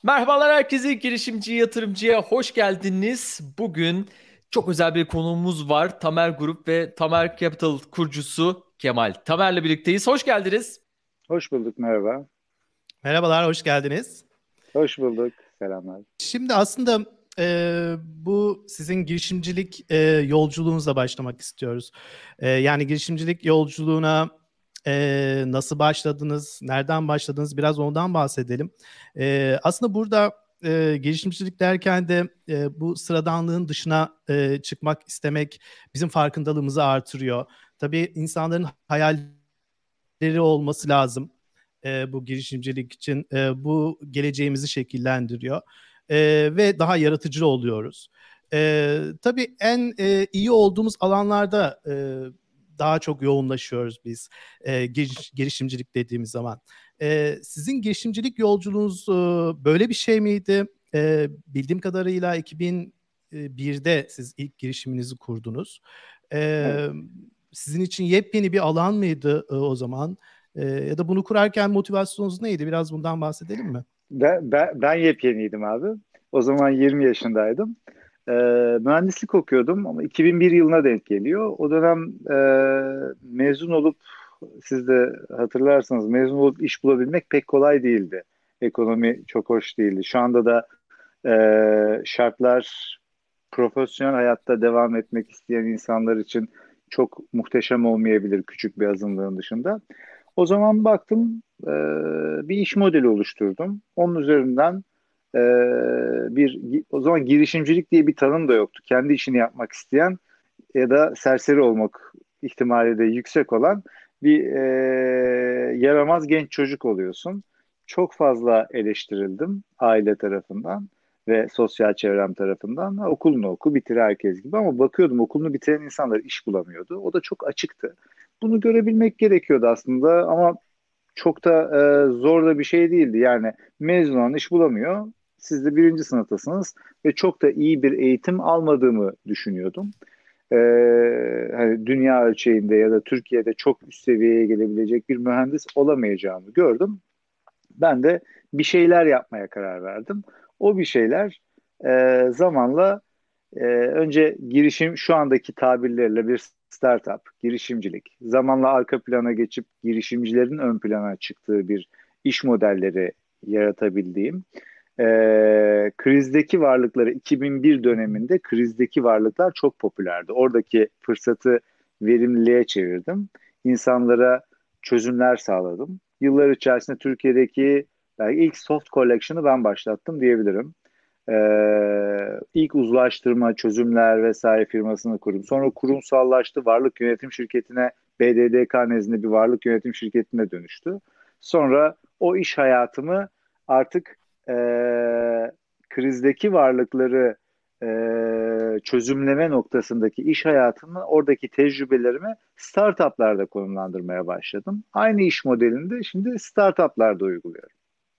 Merhabalar herkese, girişimci yatırımcıya hoş geldiniz. Bugün çok özel bir konuğumuz var. Tamer Grup ve Tamer Capital kurucusu Kemal Tamer'le birlikteyiz. Hoş geldiniz. Hoş bulduk, merhaba. Merhabalar, hoş geldiniz. Hoş bulduk, selamlar. Şimdi aslında bu sizin girişimcilik yolculuğunuzla başlamak istiyoruz. Yani girişimcilik yolculuğuna nasıl başladınız, nereden başladınız biraz ondan bahsedelim. Aslında burada girişimcilik derken de bu sıradanlığın dışına çıkmak istemek bizim farkındalığımızı artırıyor. Tabii insanların hayalleri olması lazım. Bu girişimcilik için bu geleceğimizi şekillendiriyor. Ve daha yaratıcı oluyoruz. Tabii en iyi olduğumuz alanlarda daha çok yoğunlaşıyoruz biz girişimcilik dediğimiz zaman. Sizin girişimcilik yolculuğunuz böyle bir şey miydi? Bildiğim kadarıyla 2001'de siz ilk girişiminizi kurdunuz. Evet. E, Sizin için yepyeni bir alan mıydı o zaman? Ya da bunu kurarken motivasyonunuz neydi? Biraz bundan bahsedelim mi? Ben yepyeniydim abi. O zaman 20 yaşındaydım. Ee, Mühendislik okuyordum ama 2001 yılına denk geliyor. O dönem mezun olup, siz de hatırlarsanız mezun olup iş bulabilmek pek kolay değildi. Ekonomi çok hoş değildi. Şu anda da şartlar profesyonel hayatta devam etmek isteyen insanlar için çok muhteşem olmayabilir küçük bir azınlığın dışında. O zaman baktım, bir iş modeli oluşturdum. Onun üzerinden e, o zaman girişimcilik diye bir tanım da yoktu. Kendi işini yapmak isteyen ya da serseri olmak ihtimali de yüksek olan bir yaramaz genç çocuk oluyorsun. Çok fazla eleştirildim aile tarafından ve sosyal çevrem tarafından. Ha, okulunu oku, bitir herkes gibi, ama bakıyordum okulunu bitiren insanlar iş bulamıyordu. O da çok açıktı. Bunu görebilmek gerekiyordu aslında, ama çok da zor da bir şey değildi. Yani mezun olan iş bulamıyor. Siz de birinci sınıftasınız ve çok da iyi bir eğitim almadığımı düşünüyordum. E, Hani dünya ölçeğinde ya da Türkiye'de çok üst seviyeye gelebilecek bir mühendis olamayacağımı gördüm. Ben de bir şeyler yapmaya karar verdim. O bir şeyler zamanla önce girişim, şu andaki tabirlerle bir startup, girişimcilik. Zamanla arka plana geçip girişimcilerin ön plana çıktığı bir iş modelleri yaratabildiğim. Krizdeki varlıkları 2001 döneminde krizdeki varlıklar çok popülerdi. Oradaki fırsatı verimliliğe çevirdim. İnsanlara çözümler sağladım. Yıllar içerisinde Türkiye'deki belki ilk soft collection'ı ben başlattım diyebilirim. İlk uzlaştırma, çözümler vesaire firmasını kurdum. Sonra kurumsallaştı. Varlık yönetim şirketine, BDDK nezdinde bir varlık yönetim şirketine dönüştü. Sonra o iş hayatımı artık krizdeki varlıkları çözümleme noktasındaki iş hayatımı, oradaki tecrübelerimi startuplarda konumlandırmaya başladım. Aynı iş modelinde şimdi startuplarda uyguluyorum.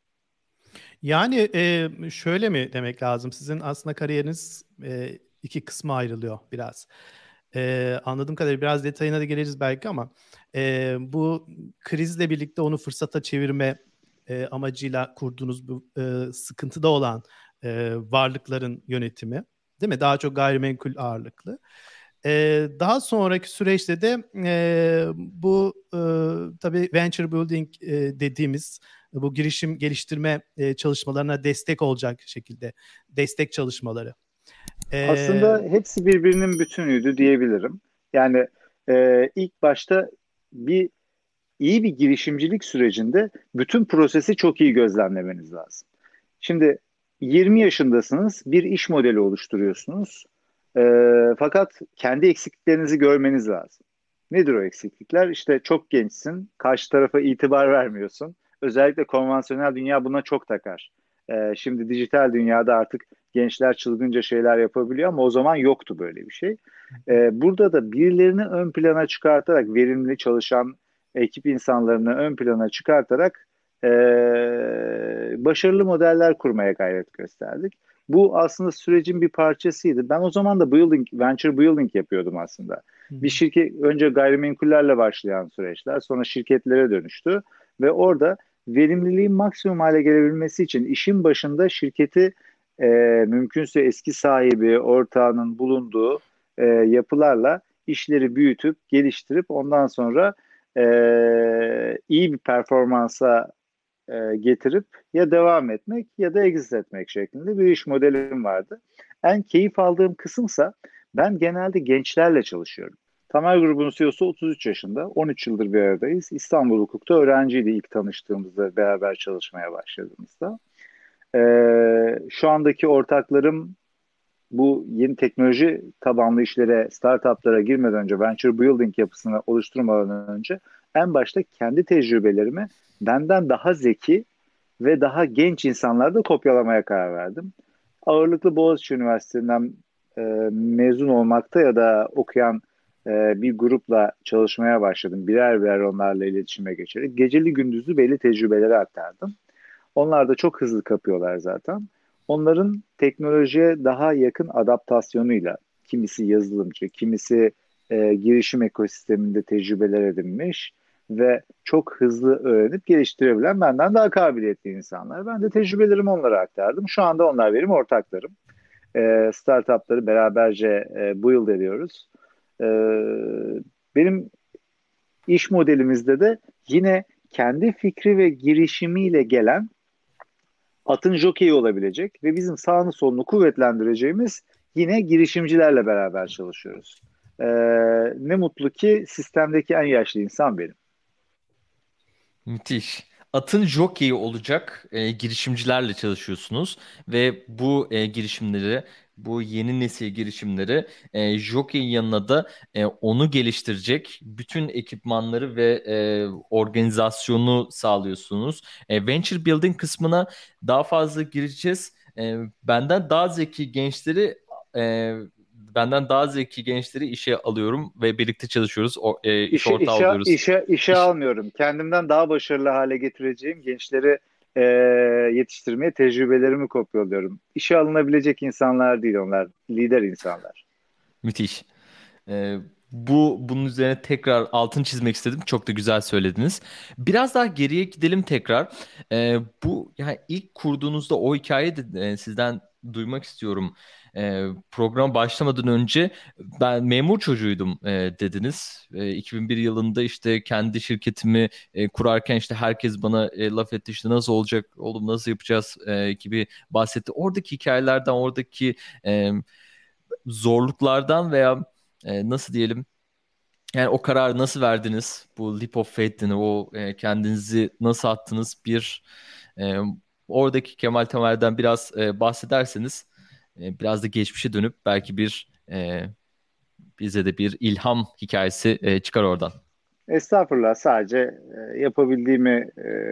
Yani şöyle mi demek lazım? Sizin aslında kariyeriniz iki kısma ayrılıyor biraz. Anladığım kadarıyla biraz detayına da geliriz belki ama bu krizle birlikte onu fırsata çevirme amacıyla kurduğunuz bu sıkıntıda olan varlıkların yönetimi, değil mi? Daha çok gayrimenkul ağırlıklı. Daha sonraki süreçte de tabii venture building dediğimiz bu girişim geliştirme çalışmalarına destek olacak şekilde destek çalışmaları. Aslında E, hepsi birbirinin bütünüydü diyebilirim. Yani ilk başta bir iyi bir girişimcilik sürecinde bütün prosesi çok iyi gözlemlemeniz lazım. Şimdi 20 yaşındasınız, bir iş modeli oluşturuyorsunuz. Fakat kendi eksikliklerinizi görmeniz lazım. Nedir o eksiklikler? İşte çok gençsin, karşı tarafa itibar vermiyorsun. Özellikle konvansiyonel dünya buna çok takar. Şimdi dijital dünyada artık gençler çılgınca şeyler yapabiliyor, ama o zaman yoktu böyle bir şey. Burada da birilerini ön plana çıkartarak, verimli çalışan ekip insanlarını ön plana çıkartarak başarılı modeller kurmaya gayret gösterdik. Bu aslında sürecin bir parçasıydı. Ben o zaman da venture building yapıyordum aslında. Bir şirket, önce gayrimenkullerle başlayan süreçler, sonra şirketlere dönüştü ve orada verimliliğin maksimum hale gelebilmesi için işin başında şirketi e, mümkünse eski sahibi, ortağının bulunduğu yapılarla işleri büyütüp, geliştirip ondan sonra iyi bir performansa getirip ya devam etmek ya da exit etmek şeklinde bir iş modelim vardı. En keyif aldığım kısımsa ben genelde gençlerle çalışıyorum. Tamer grubunun CEO'su 33 yaşında. 13 yıldır bir aradayız. İstanbul Hukuk'ta öğrenciydi ilk tanıştığımızda, beraber çalışmaya başladığımızda. Şu andaki ortaklarım bu yeni teknoloji tabanlı işlere, startuplara girmeden önce, venture building yapısını oluşturmadan önce en başta kendi tecrübelerimi benden daha zeki ve daha genç insanlarda kopyalamaya karar verdim. Ağırlıklı Boğaziçi Üniversitesi'nden mezun olmakta ya da okuyan bir grupla çalışmaya başladım. Birer birer onlarla iletişime geçerek geceli gündüzlü belli tecrübeleri aktardım. Onlar da çok hızlı kapıyorlar zaten. Onların teknolojiye daha yakın adaptasyonuyla, kimisi yazılımcı, kimisi girişim ekosisteminde tecrübeler edinmiş ve çok hızlı öğrenip geliştirebilen, benden daha kabiliyetli insanlar. Ben de tecrübelerimi onlara aktardım. Şu anda onlar benim ortaklarım. Startupları beraberce build ediyoruz. E, Benim iş modelimizde de yine kendi fikri ve girişimiyle gelen, atın jokeyi olabilecek ve bizim sağını solunu kuvvetlendireceğimiz yine girişimcilerle beraber çalışıyoruz. Ee, Ne mutlu ki sistemdeki en yaşlı insan benim. Müthiş. Atın jokeyi olacak girişimcilerle çalışıyorsunuz ve bu girişimleri, bu yeni nesil girişimleri jokeyin yanına da onu geliştirecek bütün ekipmanları ve organizasyonu sağlıyorsunuz. Venture Building kısmına daha fazla gireceğiz. Benden daha zeki gençleri e, benden daha zeki gençleri işe alıyorum ve birlikte çalışıyoruz. İş İşe, ortağı işe, oluyoruz. işe, işe İş, almıyorum. Kendimden daha başarılı hale getireceğim gençleri e, yetiştirmeye tecrübelerimi kopyalıyorum. İşe alınabilecek insanlar değil onlar. Lider insanlar. Müthiş. Ee, bunun üzerine tekrar altını çizmek istedim. Çok da güzel söylediniz. Biraz daha geriye gidelim tekrar. Bu yani ilk kurduğunuzda o hikayeyi de sizden duymak istiyorum. Program başlamadan önce ben memur çocuğuydum dediniz. 2001 yılında işte kendi şirketimi kurarken işte herkes bana laf etti, işte nasıl olacak oğlum, nasıl yapacağız gibi bahsetti. Oradaki hikayelerden, oradaki e, zorluklardan veya nasıl diyelim, yani o kararı nasıl verdiniz? Bu leap of faith'ini, o kendinizi nasıl attınız? E, Oradaki Kemal Tamer'den biraz bahsederseniz biraz da geçmişe dönüp belki bize de bir ilham hikayesi çıkar oradan. Estağfurullah, sadece yapabildiğimi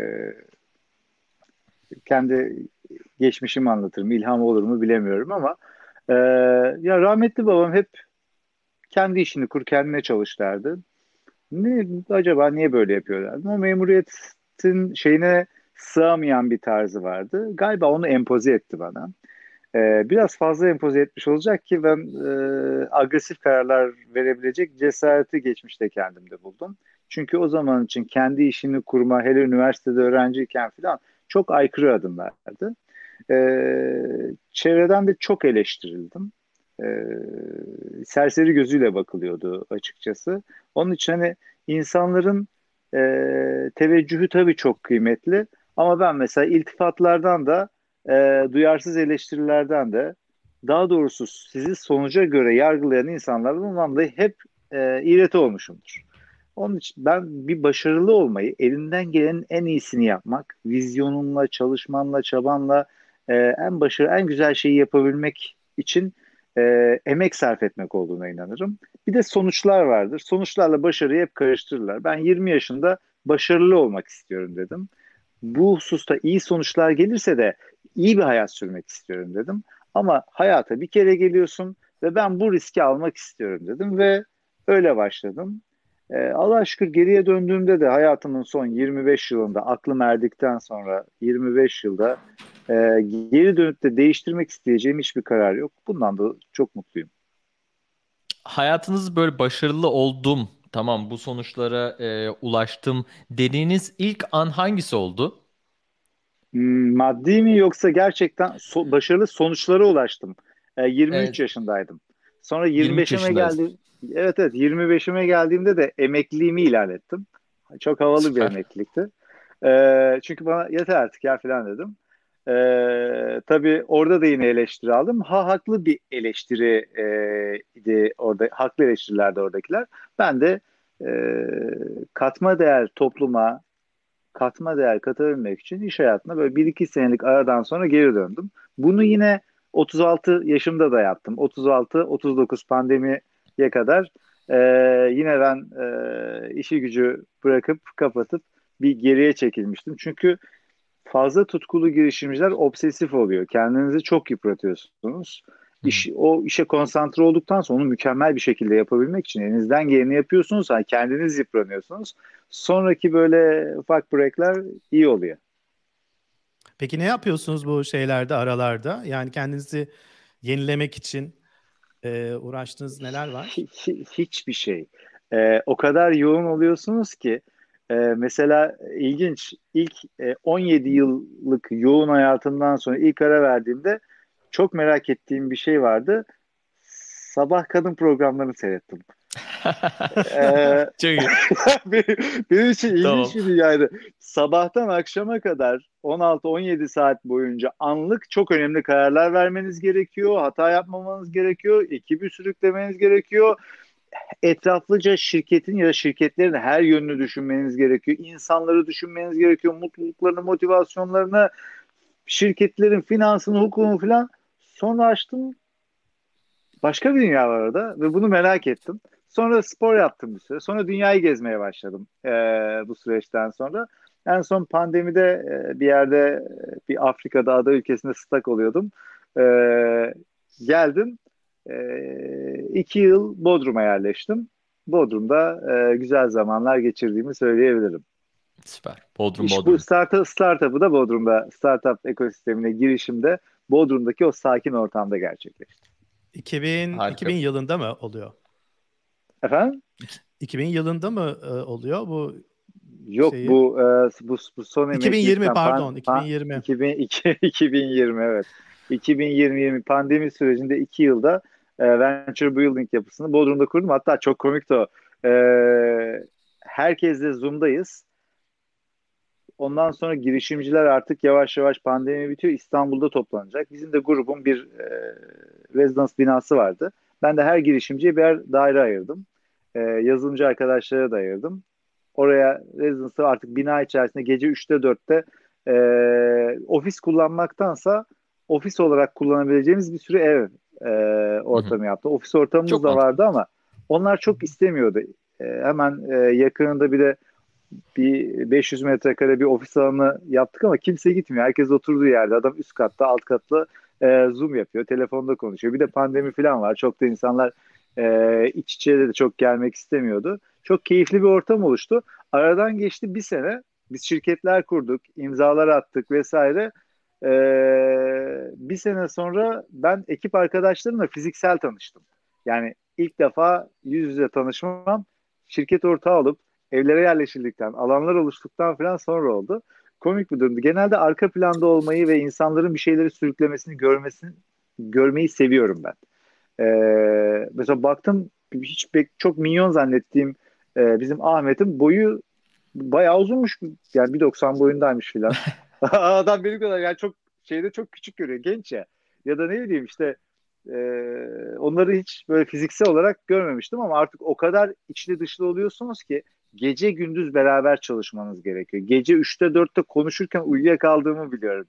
kendi geçmişimi anlatırım. İlham olur mu bilemiyorum ama e, ya rahmetli babam hep kendi işini kur, kendine çalış derdi. Ne acaba, niye böyle yapıyorlar? O memuriyetin şeyine sığamayan bir tarzı vardı. Galiba onu empoze etti bana. Biraz fazla empoze etmiş olacak ki ben agresif kararlar verebilecek cesareti geçmişte kendimde buldum. Çünkü o zaman için kendi işini kurma, hele üniversitede öğrenciyken falan, çok aykırı adımlardı. Çevreden de çok eleştirildim. Serseri gözüyle bakılıyordu açıkçası. Onun için hani insanların teveccühü tabii çok kıymetli. Ama ben mesela iltifatlardan da duyarsız eleştirilerden de, daha doğrusu sizi sonuca göre yargılayan insanlardan dolayı hep iğreti olmuşumdur. Onun için ben bir başarılı olmayı, elinden gelenin en iyisini yapmak, vizyonunla, çalışmanla, çabanla en güzel şeyi yapabilmek için emek sarf etmek olduğuna inanırım. Bir de sonuçlar vardır. Sonuçlarla başarıyı hep karıştırırlar. Ben 20 yaşında başarılı olmak istiyorum dedim. Bu hususta iyi sonuçlar gelirse de iyi bir hayat sürmek istiyorum dedim. Ama hayata bir kere geliyorsun ve ben bu riski almak istiyorum dedim ve öyle başladım. Allah'a şükür geriye döndüğümde de hayatımın son 25 yılında, aklım erdikten sonra 25 yılda e, geri dönüp de değiştirmek isteyeceğim hiçbir karar yok. Bundan da çok mutluyum. Hayatınız böyle başarılı oldum, tamam bu sonuçlara ulaştım dediğiniz ilk an hangisi oldu? Maddi mi yoksa gerçekten başarılı sonuçlara ulaştım. 23 Evet, yaşındaydım. Sonra 23 25'ime yaşındayız. geldi. Evet, evet, 25'ime geldiğimde de emekliliğimi ilan ettim. Çok havalı bir Süper. emeklilikti. Çünkü bana yeter artık ya falan dedim. Tabii orada da yine eleştiri aldım. Haklı bir eleştiri idi orada. Haklı eleştirilerdi oradakiler. Ben de e, katma değer topluma, katma değer katabilmek için iş hayatına böyle bir iki senelik aradan sonra geri döndüm. Bunu yine 36 yaşımda da yaptım. 36-39 pandemiye kadar e, yine ben işi gücü bırakıp kapatıp bir geriye çekilmiştim. Çünkü fazla tutkulu girişimciler obsesif oluyor. Kendinizi çok yıpratıyorsunuz. Hı hı. O işe konsantre olduktan sonra onu mükemmel bir şekilde yapabilmek için elinizden geleni yapıyorsunuz. Yani kendiniz yıpranıyorsunuz. Sonraki böyle ufak breakler iyi oluyor. Peki ne yapıyorsunuz bu şeylerde, aralarda? Yani kendinizi yenilemek için uğraştığınız neler var? Hiçbir şey. O kadar yoğun oluyorsunuz ki mesela ilginç ilk 17 yıllık yoğun hayatımdan sonra ilk ara verdiğimde çok merak ettiğim bir şey vardı. Sabah kadın programlarını seyrettim. Ee, Çok iyi. benim için ilginç Tamam. bir dünyaydı. Sabahtan akşama kadar 16-17 saat boyunca anlık çok önemli kararlar vermeniz gerekiyor. Hata yapmamanız gerekiyor. Ekibi sürüklemeniz gerekiyor. Etraflıca şirketin ya da şirketlerin her yönünü düşünmeniz gerekiyor. İnsanları düşünmeniz gerekiyor. Mutluluklarını, motivasyonlarını, şirketlerin finansını, hukukunu falan. Sonra açtım, başka bir dünya var orada ve bunu merak ettim. Sonra spor yaptım bir süre. Sonra dünyayı gezmeye başladım bu süreçten sonra. En son pandemide bir yerde bir Afrika'da ada ülkesinde stak oluyordum. E, geldim. 2 yıl Bodrum'a yerleştim. Bodrum'da güzel zamanlar geçirdiğimi söyleyebilirim. Süper. Bodrum İş bu Bodrum. startup'ı da Bodrum'da, startup ekosistemine girişimde Bodrum'daki o sakin ortamda gerçekleşti. 2000 Harika. yılında mı oluyor? Efendim? 2000 yılında mı oluyor bu Yok, şeyi? bu son 2020 emeklilikten pardon, 2020. 2002 2020, evet. 2020 pandemi sürecinde 2 yılda venture building yapısını Bodrum'da kurdum. Hatta çok komikti o. E, Herkesle Zoom'dayız. Ondan sonra girişimciler artık yavaş yavaş pandemi bitiyor. İstanbul'da toplanacak. Bizim de grubun bir rezidans binası vardı. Ben de her girişimciye birer daire ayırdım. Yazılımcı arkadaşlara da ayırdım. Oraya residence'ı artık bina içerisinde gece 3'te 4'te ofis kullanmaktansa ofis olarak kullanabileceğimiz bir sürü ev Hı hı. ortamı yaptı. Ofis ortamımız Çok da mantıklı. vardı ama onlar çok istemiyordu. Hemen yakınında bir de bir 500 metrekare bir ofis alanı yaptık ama kimse gitmiyor. Herkes oturduğu yerde. Adam üst katta, alt katta Zoom yapıyor. Telefonda konuşuyor. Bir de pandemi falan var. Çok da insanlar iç içe de çok gelmek istemiyordu. Çok keyifli bir ortam oluştu. Aradan geçti bir sene. Biz şirketler kurduk, imzalar attık vesaire. Bir sene sonra ben ekip arkadaşlarımla fiziksel tanıştım. Yani ilk defa yüz yüze tanışmam şirket ortağı olup evlere yerleşildikten, alanlar oluştuktan falan sonra oldu. Komik bir durumdu. Genelde arka planda olmayı ve insanların bir şeyleri sürüklemesini görmeyi seviyorum ben. Mesela baktım, çok minyon zannettiğim bizim Ahmet'in boyu bayağı uzunmuş. Yani 1,90 boyundaymış filan. Adam benim kadar, yani çok çok küçük görüyor. Genç ya. Ya da ne bileyim işte e, onları hiç böyle fiziksel olarak görmemiştim ama artık o kadar içli dışlı oluyorsunuz ki gece gündüz beraber çalışmanız gerekiyor. Gece 3'te 4'te konuşurken uyuyakaldığımı biliyorum.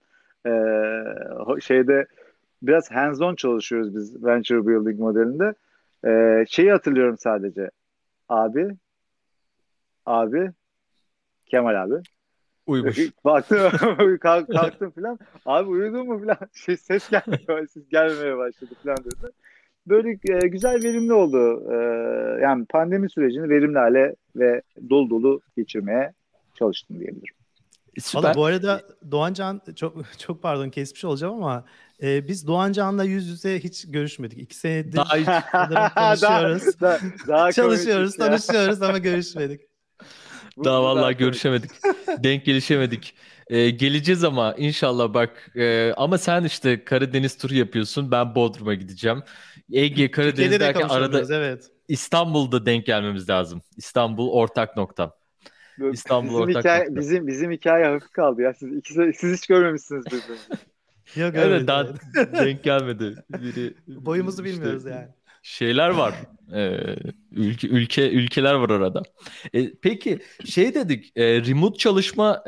Şeyde biraz hands-on çalışıyoruz biz venture building modelinde. Şeyi hatırlıyorum sadece. Abi, abi, Kemal abi. Uyumuş. Baktım, kalktım falan. Abi uyudun mu falan. Ses gelmiyor. Ses gelmemeye başladı falan dedi. Böyle güzel, verimli oldu. Yani pandemi sürecini verimli hale ve dolu dolu geçirmeye çalıştım diyebilirim. Valla Süper. bu arada Doğancan, çok çok pardon kesmiş olacağım ama biz Doğancan'la yüz yüze hiç görüşmedik. 2 senedir Daha hiç sanırım Daha, tanışıyoruz. daha Çalışıyoruz, komikmiş ya. tanışıyoruz ama görüşmedik. daha Bu daha vallahi komikmiş. görüşemedik. Denk gelişemedik. Geleceğiz ama inşallah bak. Ama sen işte Karadeniz turu yapıyorsun. Ben Bodrum'a gideceğim. Ege, Türkiye'de Karadeniz de derken kavuşamıyoruz, arada evet. İstanbul'da denk gelmemiz lazım. İstanbul ortak nokta. İstanbul Bizim ortak hikaye nokta. bizim hikaye hafif kaldı ya. Siz hiç görmemişsiniz birbirinizi. Yok, Evet, görmedik, evet. daha denk gelmedi. Boyumuzu İşte bilmiyoruz yani. şeyler var. Ülkeler var arada. Peki şey dedik, remote çalışma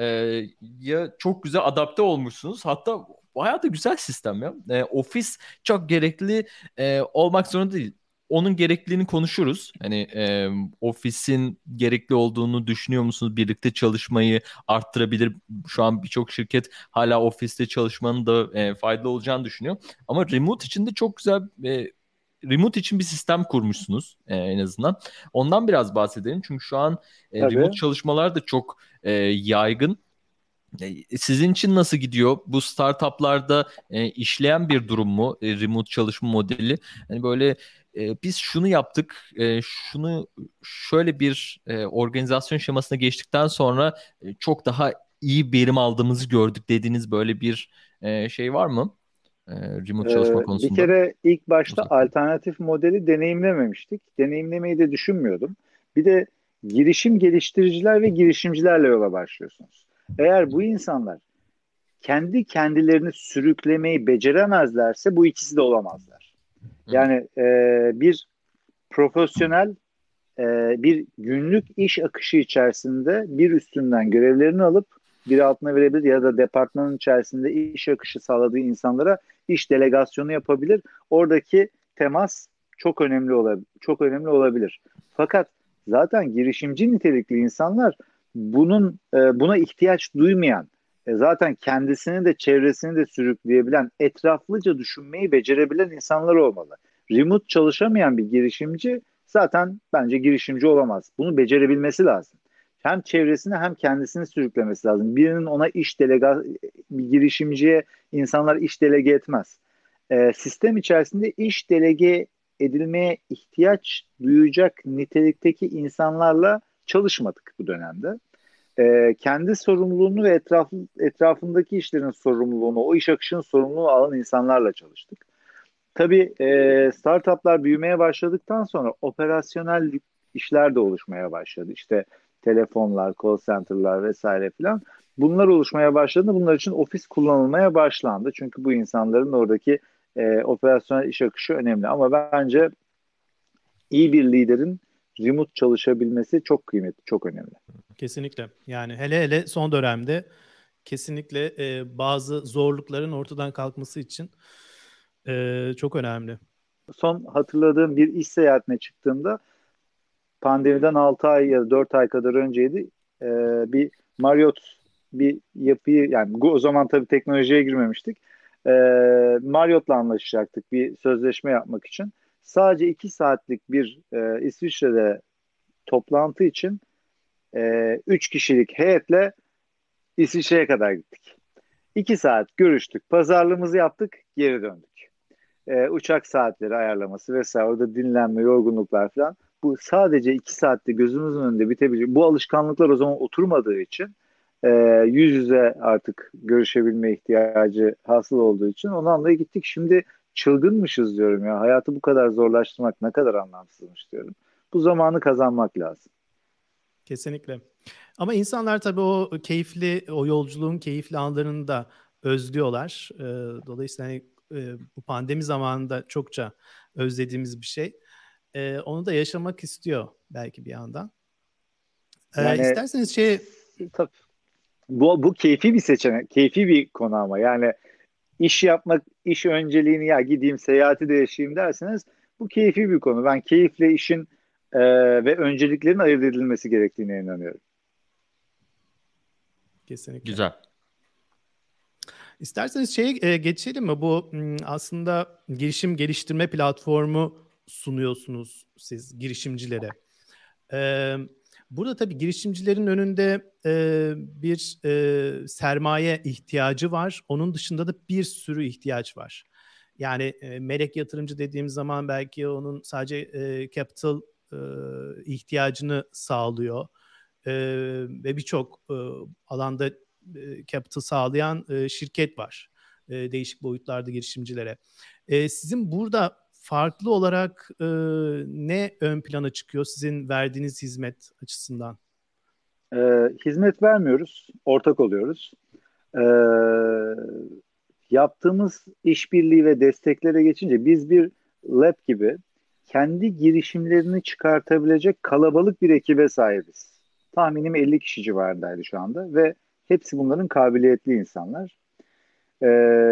ya çok güzel adapte olmuşsunuz. Hatta bayağı da güzel sistem ya. Ofis çok gerekli olmak zorunda değil. Onun gerekliliğini konuşuruz. Hani ofisin gerekli olduğunu düşünüyor musunuz? Birlikte çalışmayı arttırabilir. Şu an birçok şirket hala ofiste çalışmanın da faydalı olacağını düşünüyor. Ama remote için de çok güzel remote için bir sistem kurmuşsunuz en azından. Ondan biraz bahsedelim. Çünkü şu an remote Tabii. çalışmalar da çok yaygın. Sizin için nasıl gidiyor? Bu startuplarda işleyen bir durum mu? Remote çalışma modeli. Hani böyle biz şunu yaptık, şunu şöyle bir organizasyon şemasına geçtikten sonra çok daha iyi verim aldığımızı gördük dediğiniz böyle bir şey var mı? Remote çalışma Bir konusunda. kere ilk başta Uzaktan. alternatif modeli deneyimlememiştik. Deneyimlemeyi de düşünmüyordum. Bir de girişim geliştiriciler ve girişimcilerle yola başlıyorsunuz. Eğer bu insanlar kendi kendilerini sürüklemeyi beceremezlerse bu ikisi de olamazlar. Hı. Yani bir profesyonel bir günlük iş akışı içerisinde bir üstünden görevlerini alıp bir altına verebilir ya da departmanın içerisinde iş akışı sağladığı insanlara iş delegasyonu yapabilir. Oradaki temas çok önemli olabilir. Fakat zaten girişimci nitelikli insanlar buna ihtiyaç duymayan, zaten kendisini de çevresini de sürükleyebilen, etraflıca düşünmeyi becerebilen insanlar olmalı. Remote çalışamayan bir girişimci zaten bence girişimci olamaz. Bunu becerebilmesi lazım. Hem çevresini hem kendisini sürüklemesi lazım. Birinin ona bir girişimciye insanlar iş delege etmez. Sistem içerisinde iş delege edilmeye ihtiyaç duyacak nitelikteki insanlarla çalışmadık bu dönemde. Kendi sorumluluğunu ve etrafındaki işlerin sorumluluğunu, o iş akışının sorumluluğunu alan insanlarla çalıştık. Tabii startuplar büyümeye başladıktan sonra operasyonel işler de oluşmaya başladı. İşte telefonlar, call center'lar vesaire filan. Bunlar oluşmaya başladı. Bunlar için ofis kullanılmaya başlandı. Çünkü bu insanların oradaki operasyonel iş akışı önemli. Ama bence iyi bir liderin remote çalışabilmesi çok kıymetli, çok önemli. Kesinlikle. Yani hele son dönemde kesinlikle bazı zorlukların ortadan kalkması için çok önemli. Son hatırladığım bir iş seyahatine çıktığımda pandemiden 6 ay ya da 4 ay kadar önceydi. Bir Marriott bir yapıyı yani o zaman tabii teknolojiye girmemiştik. Marriott'la anlaşacaktık bir sözleşme yapmak için. Sadece 2 saatlik bir İsviçre'de toplantı için 3 kişilik heyetle İsviçre'ye kadar gittik. 2 saat görüştük, pazarlığımızı yaptık, geri döndük. Uçak saatleri ayarlaması vesaire, orada dinlenme, yorgunluklar falan. Bu sadece 2 saatte gözümüzün önünde bitebilecek. Bu alışkanlıklar o zaman oturmadığı için e, yüz yüze artık görüşebilme ihtiyacı hasıl olduğu için ondan dolayı gittik. Şimdi çılgınmışız diyorum ya. Hayatı bu kadar zorlaştırmak ne kadar anlamsızmış diyorum. Bu zamanı kazanmak lazım. Kesinlikle. Ama insanlar tabii o yolculuğun keyifli anlarını da özlüyorlar. Dolayısıyla bu pandemi zamanında çokça özlediğimiz bir şey. Onu da yaşamak istiyor belki bir yandan. Yani İsterseniz tabii, bu keyfi bir seçenek, keyfi bir konu ama yani iş yapmak, iş önceliğini ya gideyim seyahati de yaşayayım derseniz bu keyfi bir konu. Ben keyifle işin ve önceliklerin ayırt edilmesi gerektiğine inanıyorum. kesinlikle. Güzel. İsterseniz geçelim mi? Bu aslında girişim geliştirme platformu sunuyorsunuz siz girişimcilere. Burada tabii girişimcilerin önünde bir sermaye ihtiyacı var. Onun dışında da bir sürü ihtiyaç var. Yani melek yatırımcı dediğimiz zaman belki onun sadece capital ihtiyacını sağlıyor. Ve birçok alanda capital sağlayan şirket var. Değişik boyutlarda girişimcilere. Sizin burada farklı olarak ne ön plana çıkıyor sizin verdiğiniz hizmet açısından? Hizmet vermiyoruz, ortak oluyoruz. Ee, Yaptığımız işbirliği ve desteklere geçince biz bir lab gibi kendi girişimlerini çıkartabilecek kalabalık bir ekibe sahibiz. Tahminim 50 kişi civarındaydı şu anda ve hepsi bunların kabiliyetli insanlar. Ee,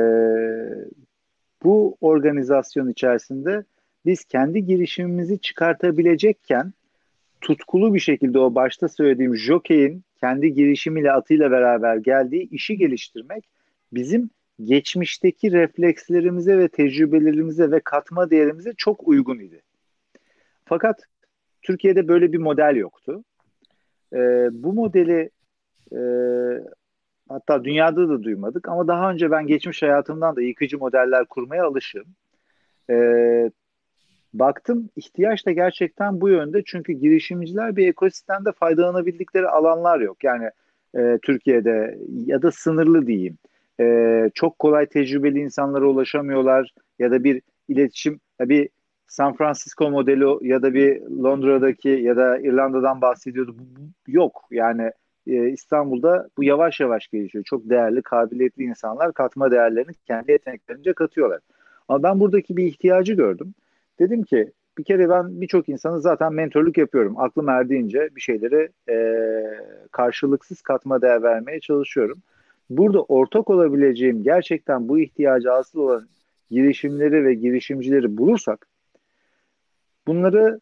Bu organizasyon içerisinde biz kendi girişimimizi çıkartabilecekken tutkulu bir şekilde o başta söylediğim jockey'in kendi girişimiyle atıyla beraber geldiği işi geliştirmek bizim geçmişteki reflekslerimize ve tecrübelerimize ve katma değerimize çok uygun idi. Fakat Türkiye'de böyle bir model yoktu. Bu modeli e, hatta dünyada da duymadık ama daha önce ben geçmiş hayatımdan da yıkıcı modeller kurmaya alışığım. E, Baktım ihtiyaç da gerçekten bu yönde çünkü girişimciler bir ekosistemde faydalanabildikleri alanlar yok. Yani Türkiye'de ya da sınırlı diyeyim. Çok kolay tecrübeli insanlara ulaşamıyorlar ya da bir iletişim, bir San Francisco modeli ya da bir Londra'daki ya da İrlanda'dan bahsediyordu. Yok yani İstanbul'da bu yavaş yavaş gelişiyor. Çok değerli, kabiliyetli insanlar katma değerlerini kendi yeteneklerince katıyorlar. Ama ben buradaki bir ihtiyacı gördüm. Dedim ki bir kere ben birçok insanı zaten mentorluk yapıyorum. Aklım erdiğince bir şeyleri karşılıksız katma değer vermeye çalışıyorum. Burada ortak olabileceğim gerçekten bu ihtiyacı asıl olan girişimleri ve girişimcileri bulursak bunları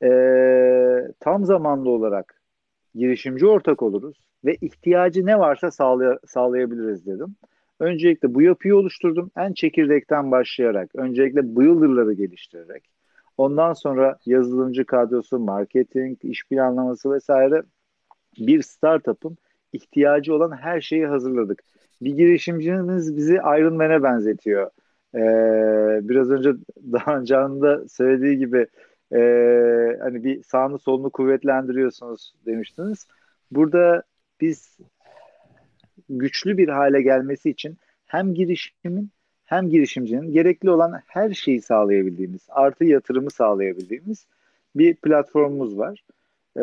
tam zamanlı olarak girişimci ortak oluruz ve ihtiyacı ne varsa sağlayabiliriz dedim. Öncelikle bu yapıyı oluşturdum. En çekirdekten başlayarak, öncelikle builder'ları geliştirerek, ondan sonra yazılımcı kadrosu, marketing, iş planlaması vesaire bir startup'ın ihtiyacı olan her şeyi hazırladık. Bir girişimcimiz bizi Iron Man'e benzetiyor. Biraz önce daha Can'ın da söylediği gibi hani bir sağını solunu kuvvetlendiriyorsunuz demiştiniz. Burada biz güçlü bir hale gelmesi için hem girişimin hem girişimcinin gerekli olan her şeyi sağlayabildiğimiz, artı yatırımı sağlayabildiğimiz bir platformumuz var. Ee,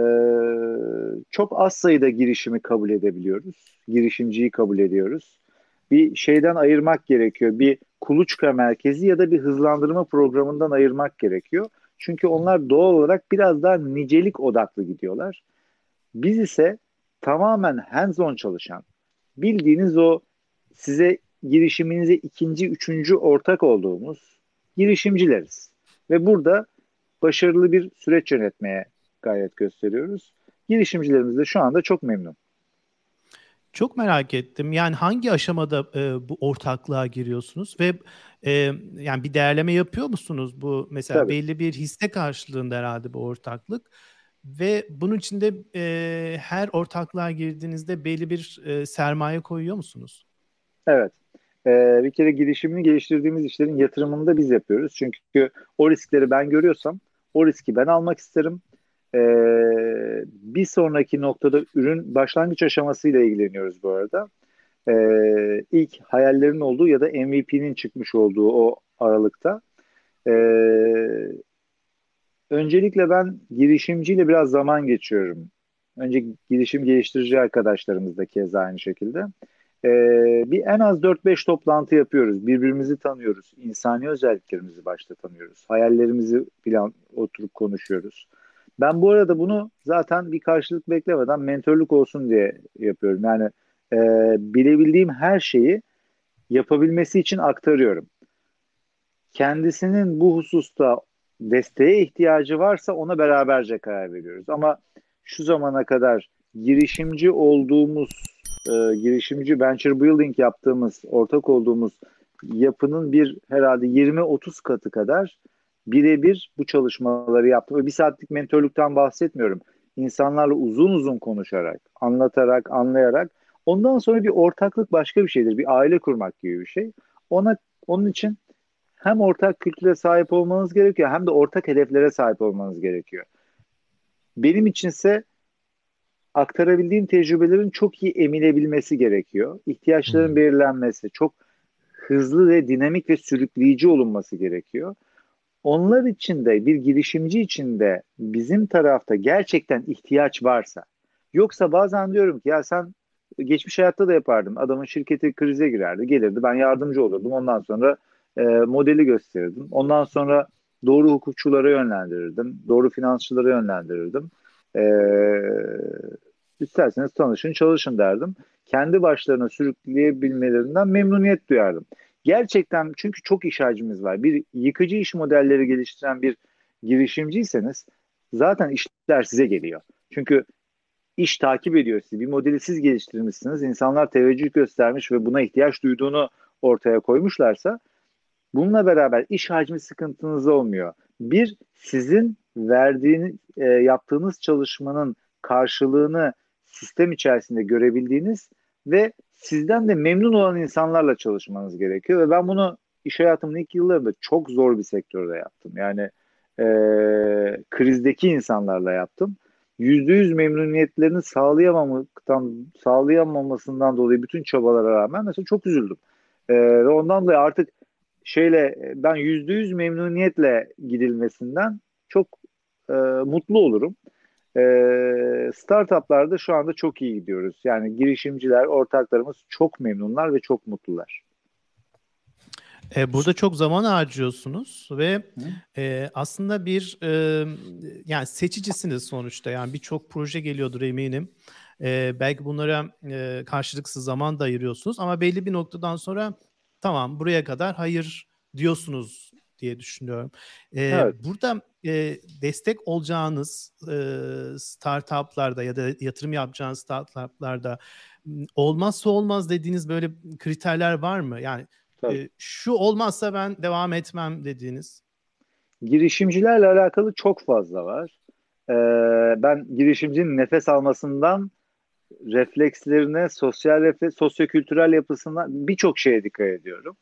Çok az sayıda girişimi kabul edebiliyoruz. Girişimciyi kabul ediyoruz. Bir şeyden ayırmak gerekiyor. Bir kuluçka merkezi ya da bir hızlandırma programından ayırmak gerekiyor. Çünkü onlar doğal olarak biraz daha nicelik odaklı gidiyorlar. Biz ise tamamen hands-on çalışan, bildiğiniz o size girişiminize ikinci, üçüncü ortak olduğumuz girişimcileriz. Ve burada başarılı bir süreç yönetmeye gayret gösteriyoruz. Girişimcilerimiz de şu anda çok memnun. Çok merak ettim. Yani hangi aşamada bu ortaklığa giriyorsunuz ve yani bir değerleme yapıyor musunuz? Bu mesela Tabii. belli bir hisse karşılığında herhalde bu ortaklık ve bunun içinde her ortaklığa girdiğinizde belli bir sermaye koyuyor musunuz? Evet. Bir kere girişimini geliştirdiğimiz işlerin yatırımını da biz yapıyoruz. Çünkü o riskleri ben görüyorsam o riski ben almak isterim. Bir sonraki noktada ürün başlangıç aşamasıyla ilgileniyoruz bu arada. İlk hayallerin olduğu ya da MVP'nin çıkmış olduğu o aralıkta. Ee, Öncelikle ben girişimciyle biraz zaman geçiyorum. Önce girişim geliştirici arkadaşlarımız da keza aynı şekilde. Bir en az 4-5 toplantı yapıyoruz. Birbirimizi tanıyoruz. İnsani özelliklerimizi başta tanıyoruz. Hayallerimizi plan oturup konuşuyoruz. Ben bu arada bunu zaten bir karşılık beklemeden mentorluk olsun diye yapıyorum. Yani e, bilebildiğim her şeyi yapabilmesi için aktarıyorum. Kendisinin bu hususta desteğe ihtiyacı varsa ona beraberce karar veriyoruz. Ama şu zamana kadar girişimci olduğumuz, girişimci venture building yaptığımız, ortak olduğumuz yapının bir herhalde 20-30 katı kadar birebir bu çalışmaları yaptım. Ve bir saatlik mentorluktan bahsetmiyorum. İnsanlarla uzun uzun konuşarak, anlatarak, anlayarak. Ondan sonra bir ortaklık başka bir şeydir. Bir aile kurmak gibi bir şey. Onun için hem ortak kültüre sahip olmanız gerekiyor hem de ortak hedeflere sahip olmanız gerekiyor. Benim içinse aktarabildiğim tecrübelerin çok iyi emilebilmesi gerekiyor. İhtiyaçların Hmm. belirlenmesi, çok hızlı ve dinamik ve sürükleyici olunması gerekiyor. Onlar için de bir girişimci için de bizim tarafta gerçekten ihtiyaç varsa, yoksa bazen diyorum ki ya sen geçmiş hayatta da yapardım. Adamın şirketi krize girerdi, gelirdi, ben yardımcı olurdum. Ondan sonra modeli gösterirdim. Ondan sonra doğru hukukçulara yönlendirirdim, doğru finansçılara yönlendirirdim. E, isterseniz tanışın, çalışın derdim. Kendi başlarına sürükleyebilmelerinden memnuniyet duyardım. Gerçekten, çünkü çok iş hacmimiz var. Bir yıkıcı iş modelleri geliştiren bir girişimciyseniz zaten işler size geliyor. Çünkü iş takip ediyor sizi. Bir modeli siz geliştirmişsiniz. İnsanlar teveccüh göstermiş ve buna ihtiyaç duyduğunu ortaya koymuşlarsa bununla beraber iş hacmi sıkıntınız olmuyor. Bir, sizin verdiğiniz, yaptığınız çalışmanın karşılığını sistem içerisinde görebildiğiniz ve sizden de memnun olan insanlarla çalışmanız gerekiyor. Ve ben bunu iş hayatımın ilk yıllarında çok zor bir sektörde yaptım. Yani e, krizdeki insanlarla yaptım. %100 memnuniyetlerini sağlayamamasından dolayı bütün çabalara rağmen mesela çok üzüldüm. Ve ondan dolayı artık ben %100 memnuniyetle gidilmesinden çok mutlu olurum. Startuplarda şu anda çok iyi gidiyoruz. Yani girişimciler, ortaklarımız çok memnunlar ve çok mutlular. Burada çok zaman harcıyorsunuz ve Hı? aslında yani seçicisiniz sonuçta. Yani birçok proje geliyordur eminim. Belki bunlara karşılıksız zaman da ayırıyorsunuz ama belli bir noktadan sonra tamam buraya kadar hayır diyorsunuz diye düşünüyorum. Evet. Burada destek olacağınız startuplarda ya da yatırım yapacağınız startuplarda olmazsa olmaz dediğiniz böyle kriterler var mı? Yani Tabii. şu olmazsa ben devam etmem dediğiniz. Girişimcilerle alakalı çok fazla var. Ben girişimcinin nefes almasından reflekslerine, sosyokültürel yapısına, birçok şeye dikkat ediyorum.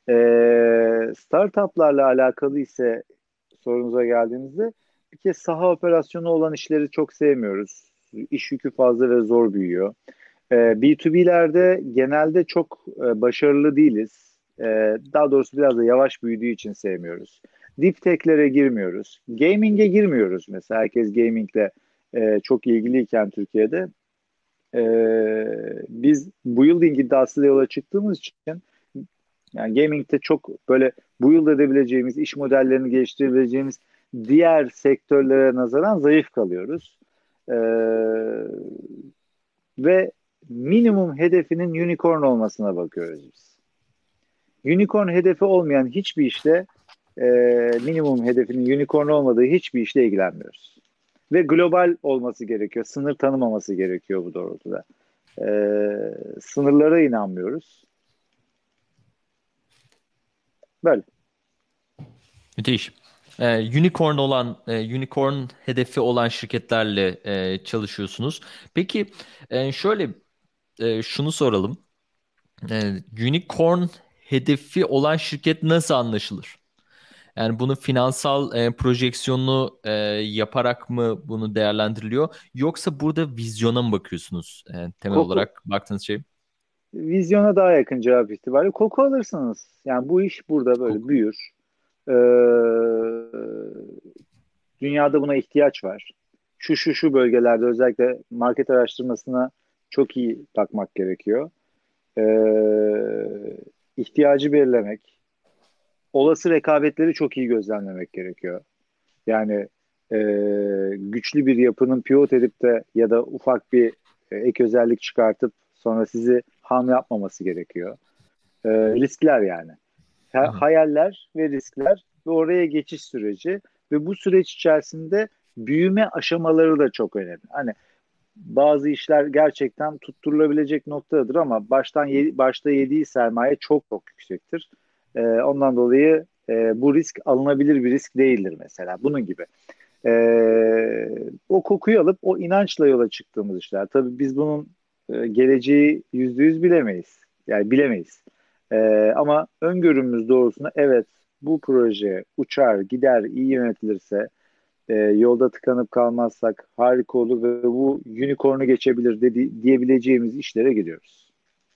Startuplarla alakalı ise sorunuza geldiğimizde, bir kez saha operasyonu olan işleri çok sevmiyoruz. İş yükü fazla ve zor büyüyor. B2B'lerde genelde çok başarılı değiliz. Daha doğrusu biraz da yavaş büyüdüğü için sevmiyoruz. Deep tech'lere girmiyoruz. Gaming'e girmiyoruz mesela. Herkes gaming'le çok ilgiliyken Türkiye'de. Biz bu yıldın iddiasıyla yola çıktığımız için, yani gaming'de çok böyle bu yıl edebileceğimiz, iş modellerini geliştirebileceğimiz diğer sektörlere nazaran zayıf kalıyoruz. Ee, ve minimum hedefinin unicorn olmasına bakıyoruz biz. Unicorn hedefi olmayan hiçbir işte, e, minimum hedefinin unicorn olmadığı hiçbir işle ilgilenmiyoruz. Ve global olması gerekiyor. Sınır tanımaması gerekiyor bu doğrultuda. Sınırlara inanmıyoruz. Böyle. Müthiş. Unicorn hedefi olan şirketlerle çalışıyorsunuz. Peki şöyle şunu soralım. Unicorn hedefi olan şirket nasıl anlaşılır? Yani bunu finansal projeksiyonunu yaparak mı bunu değerlendiriliyor? Yoksa burada vizyona mı bakıyorsunuz? Temel Koku, olarak baktığınız şey. vizyona daha yakın cevap itibariyle koku alırsınız. Yani bu iş burada böyle Koku. büyür. Ee, dünyada buna ihtiyaç var. Şu bölgelerde özellikle market araştırmasına çok iyi bakmak gerekiyor. İhtiyacı belirlemek, olası rekabetleri çok iyi gözlemlemek gerekiyor. Yani e, güçlü bir yapının pivot edip de ya da ufak bir ek özellik çıkartıp sonra sizi ham yapmaması gerekiyor. Riskler yani. Hı. Hayaller ve riskler ve oraya geçiş süreci ve bu süreç içerisinde büyüme aşamaları da çok önemli. Hani bazı işler gerçekten tutturulabilecek noktadadır ama başta yediği sermaye çok çok yüksektir. Ondan dolayı bu risk alınabilir bir risk değildir mesela. Bunun gibi. O kokuyu alıp o inançla yola çıktığımız işler. Tabii biz bunun geleceği %100 bilemeyiz. Yani bilemeyiz. Ama öngörümüz doğrusunda evet, bu proje uçar gider iyi yönetilirse yolda tıkanıp kalmazsak harika olur ve bu unicorn'u geçebilir diyebileceğimiz işlere giriyoruz.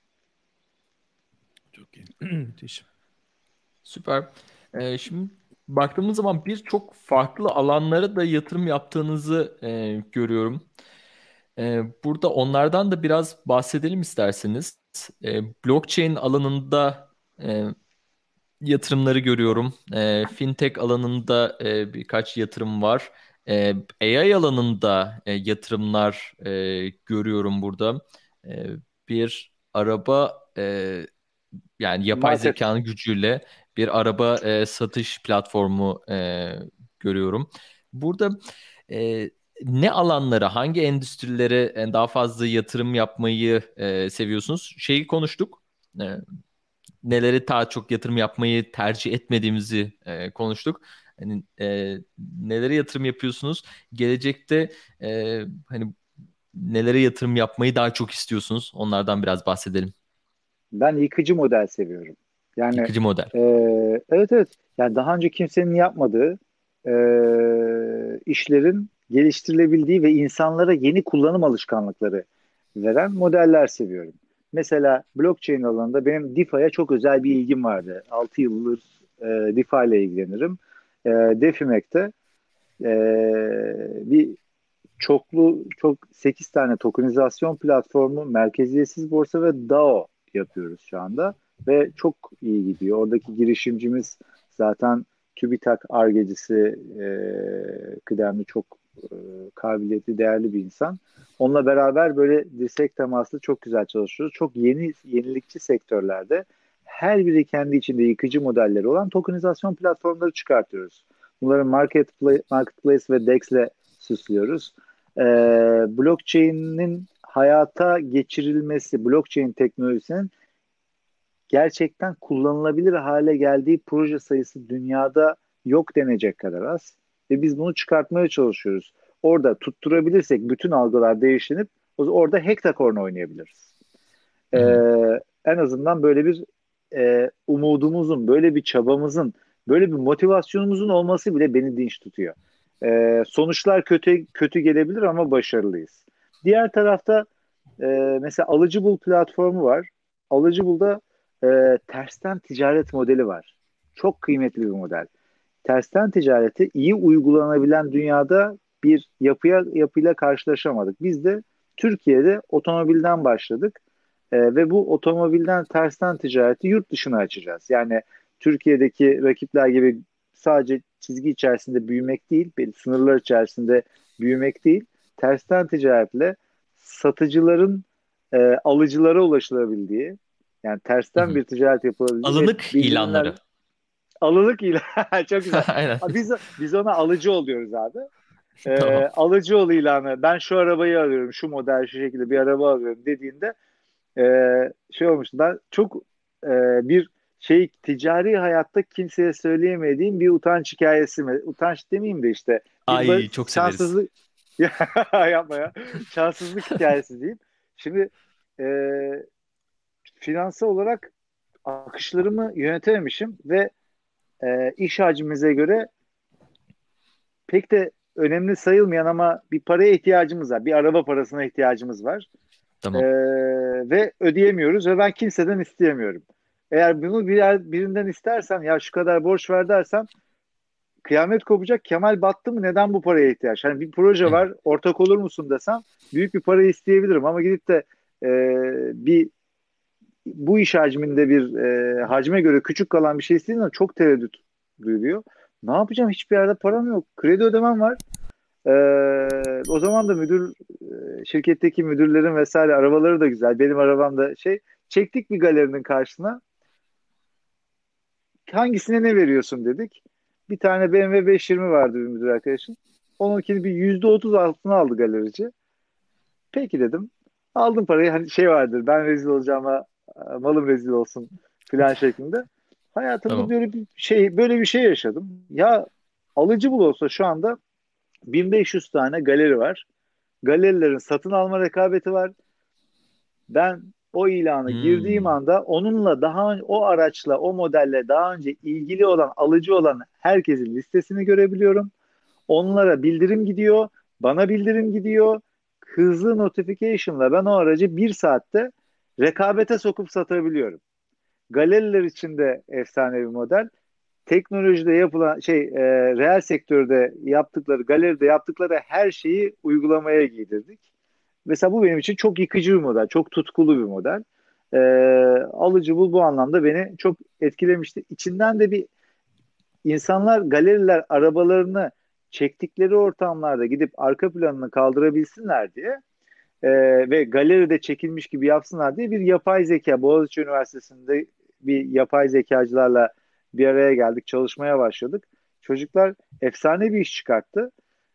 Çok iyi. Müthiş. Süper. Şimdi baktığımız zaman birçok farklı alanlara da yatırım yaptığınızı görüyorum. Burada onlardan da biraz bahsedelim isterseniz. Blockchain alanında yatırımları görüyorum. Fintech alanında birkaç yatırım var. AI alanında yatırımlar görüyorum burada. E, Bir araba yani yapay Market. zekanın gücüyle bir araba satış platformu görüyorum. Burada e, ne alanlara, hangi endüstrilere daha fazla yatırım yapmayı seviyorsunuz? Şeyi konuştuk. E, Neleri daha çok yatırım yapmayı tercih etmediğimizi konuştuk. Hani nelere yatırım yapıyorsunuz? Gelecekte hani nelere yatırım yapmayı daha çok istiyorsunuz? Onlardan biraz bahsedelim. Ben yıkıcı model seviyorum. Yani Yıkıcı model. e, evet evet. Yani daha önce kimsenin yapmadığı e, işlerin geliştirilebildiği ve insanlara yeni kullanım alışkanlıkları veren modeller seviyorum. Mesela blockchain alanında benim DeFi'ye çok özel bir ilgim vardı. 6 yıldır DeFi ile ilgilenirim. DeFiMax'te bir çok 8 tane tokenizasyon platformu, merkeziyetsiz borsa ve DAO yapıyoruz şu anda ve çok iyi gidiyor. Oradaki girişimcimiz zaten TÜBİTAK Ar-Ge'cisi kıdemli çok e, kabiliyetli, değerli bir insan. Onunla beraber böyle dirsek temaslı çok güzel çalışıyoruz. Çok yenilikçi sektörlerde her biri kendi içinde yıkıcı modelleri olan tokenizasyon platformları çıkartıyoruz. Bunları marketplace ve DEX'le süslüyoruz. Blockchain'in hayata geçirilmesi, blockchain teknolojisinin gerçekten kullanılabilir hale geldiği proje sayısı dünyada yok denecek kadar az. Ve biz bunu çıkartmaya çalışıyoruz. Orada tutturabilirsek bütün algılar değişinip orada hektakorn oynayabiliriz. Hı hı. En azından böyle bir umudumuzun, böyle bir çabamızın, böyle bir motivasyonumuzun olması bile beni dinç tutuyor. Sonuçlar kötü gelebilir ama başarılıyız. Diğer tarafta e, mesela Alıcıbul platformu var. Alıcıbul'da tersten ticaret modeli var. Çok kıymetli bir model. Tersten ticareti iyi uygulanabilen dünyada bir yapıyla karşılaşamadık. Biz de Türkiye'de otomobilden başladık. Ve bu otomobilden tersten ticareti yurt dışına açacağız. Yani Türkiye'deki rakipler gibi sadece çizgi içerisinde büyümek değil, belli sınırlar içerisinde büyümek değil, tersten ticaretle satıcıların alıcılara ulaşılabildiği, yani Hı tersten hı. bir ticaret yapılabildiği ve Alınık bildirimler ilanları. alılık ilan çok güzel. Aynen. Biz ona alıcı oluyoruz abi. Tamam. Alıcı ol ilanı. Ben şu arabayı alıyorum, şu model, şu şekilde bir araba alıyorum dediğinde şey olmuştu. Ben çok bir ticari hayatta kimseye söyleyemediğim bir utanç hikayesi mi? Utanç demeyeyim de işte bir Ay çok severiz. şanssızlık yapma ya. Şanssızlık hikayesi diyeyim. Şimdi e, finansal olarak akışlarımı yönetememişim ve iş hacmimize göre pek de önemli sayılmayan ama bir paraya ihtiyacımız var. Bir araba parasına ihtiyacımız var. Ee, Tamam. ve ödeyemiyoruz ve ben kimseden isteyemiyorum. Eğer bunu birinden istersem ya şu kadar borç ver dersem kıyamet kopacak. Kemal battı mı neden bu paraya ihtiyaç? Hani bir proje Evet. var ortak olur musun desem büyük bir parayı isteyebilirim ama gidip de e, bir bu iş hacminde bir hacme göre küçük kalan bir şey istediğinde çok tereddüt duyuluyor. Ne yapacağım? Hiçbir yerde param yok. Kredi ödemem var. O zaman da şirketteki müdürlerin vesaire arabaları da güzel. Benim arabam da çektik bir galerinin karşısına. Hangisine ne veriyorsun dedik. Bir tane BMW 520 vardı bir müdür arkadaşım. Onunkini bir %30 altına aldı galerici. Peki dedim. Aldım parayı. Hani vardır. Ben rezil olacağıma malım rezil olsun filan şeklinde. Hayatımda Tamam. böyle bir şey yaşadım. Ya alıcı bul olsa şu anda 1500 tane galeri var. Galerilerin satın alma rekabeti var. Ben o ilanı girdiğim Hmm. anda o araçla, o modelle daha önce ilgili olan, alıcı olan herkesin listesini görebiliyorum. Onlara bildirim gidiyor, bana bildirim gidiyor. Hızlı notification'la ben o aracı bir saatte rekabete sokup satabiliyorum. Galeriler için de efsane bir model. Teknolojide yapılan reel sektörde yaptıkları, galeride yaptıkları her şeyi uygulamaya giydirdik. Mesela bu benim için çok yıkıcı bir model, çok tutkulu bir model. Ee, Alıcı bu anlamda beni çok etkilemişti. İçinden de bir insanlar, galeriler arabalarını çektikleri ortamlarda gidip arka planını kaldırabilsinler diye ve galeride çekilmiş gibi yapsınlar diye bir yapay zeka, Boğaziçi Üniversitesi'nde bir yapay zekacılarla bir araya geldik, çalışmaya başladık. Çocuklar efsane bir iş çıkarttı.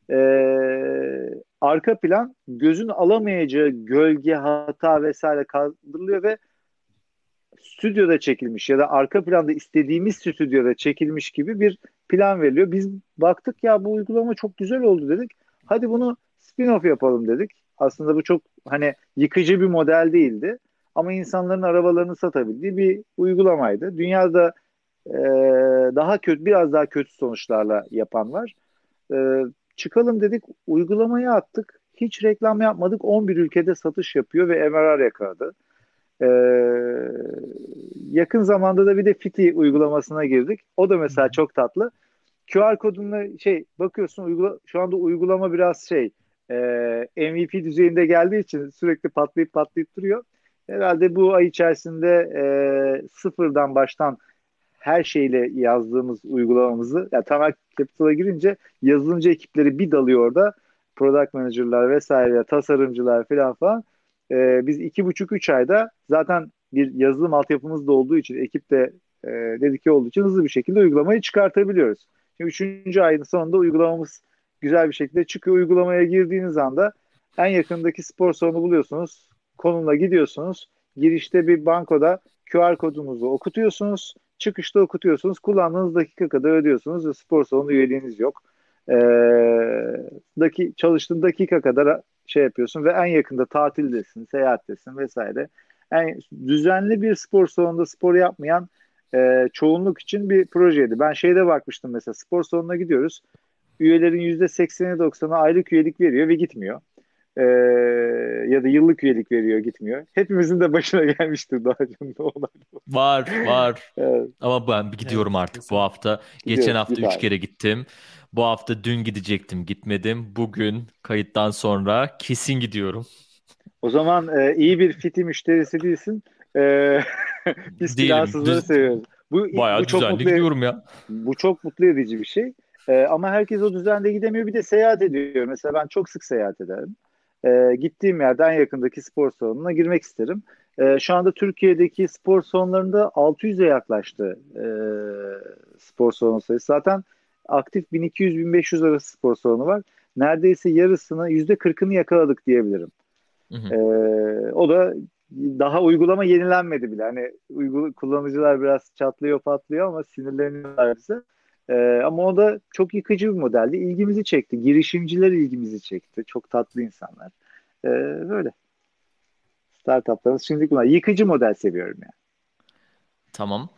Arka plan gözün alamayacağı gölge, hata vesaire kaldırılıyor ve stüdyoda çekilmiş ya da arka planda istediğimiz stüdyoda çekilmiş gibi bir plan veriliyor. Biz baktık ya bu uygulama çok güzel oldu dedik. Hadi bunu spin-off yapalım dedik. Aslında bu çok hani yıkıcı bir model değildi. Ama insanların arabalarını satabildiği bir uygulamaydı. Dünyada e, daha kötü, biraz daha kötü sonuçlarla yapan var. E, Çıkalım dedik, uygulamayı attık. Hiç reklam yapmadık. 11 ülkede satış yapıyor ve MRR yakaladı. Ee, Yakın zamanda da bir de Fiti uygulamasına girdik. O da mesela çok tatlı. QR kodunla bakıyorsun, şu anda uygulama biraz MVP düzeyinde geldiği için sürekli patlayıp patlayıp duruyor. Herhalde bu ay içerisinde sıfırdan baştan her şeyle yazdığımız uygulamamızı, yani Tamer Capital'a girince yazılımcı ekipleri bir dalıyor orada. Product manager'lar vesaire, tasarımcılar falan. Biz 2,5-3 ayda zaten bir yazılım altyapımız da olduğu için, ekip de dedike olduğu için hızlı bir şekilde uygulamayı çıkartabiliyoruz. Şimdi 3. ayın sonunda uygulamamız güzel bir şekilde çıkıyor. Uygulamaya girdiğiniz anda en yakındaki spor salonu buluyorsunuz. Konumla gidiyorsunuz. Girişte bir bankoda QR kodunuzu okutuyorsunuz. Çıkışta okutuyorsunuz. Kullandığınız dakika kadar ödüyorsunuz ve spor salonu üyeliğiniz yok. Çalıştığın dakika kadar yapıyorsun ve en yakında tatildesin, seyahattesin vesaire. Yani düzenli bir spor salonunda spor yapmayan çoğunluk için bir projeydi. Ben bakmıştım, mesela spor salonuna gidiyoruz. Üyelerin %80'i 90'ı aylık üyelik veriyor ve gitmiyor. Ee, Ya da yıllık üyelik veriyor, gitmiyor. Hepimizin de başına gelmiştir daha önce olay. Var, var. Evet, Ama ben gidiyorum Evet, artık bu kesinlikle. hafta. Geçen gidiyoruz, hafta git 3 abi. kere gittim. Bu hafta dün gidecektim, gitmedim. Bugün kayıttan sonra kesin gidiyorum. O zaman iyi bir Fiti müşterisi değilsin. E, Biz Değilim. plansızları seviyoruz. Bu Bayağı çok düzenli mutlu gidiyorum ya. Bu çok mutlu edici bir şey. Ama herkes o düzende gidemiyor. Bir de seyahat ediyor. Mesela ben çok sık seyahat ederim. Gittiğim yerden yakındaki spor salonuna girmek isterim. Şu anda Türkiye'deki spor salonlarında 600'e yaklaştı spor salonu sayısı. Zaten aktif 1200-1500 arası spor salonu var. Neredeyse yarısını, %40'ını yakaladık diyebilirim. Hı Ee, hı. O da daha uygulama yenilenmedi bile. Hani kullanıcılar biraz çatlıyor patlıyor ama sinirleniyorlar bize. Ama o da çok yıkıcı bir modeldi. İlgimizi çekti. Girişimciler ilgimizi çekti. Çok tatlı insanlar. Böyle. Startuplarımız şimdi bunlar. Yıkıcı model seviyorum yani. Tamam.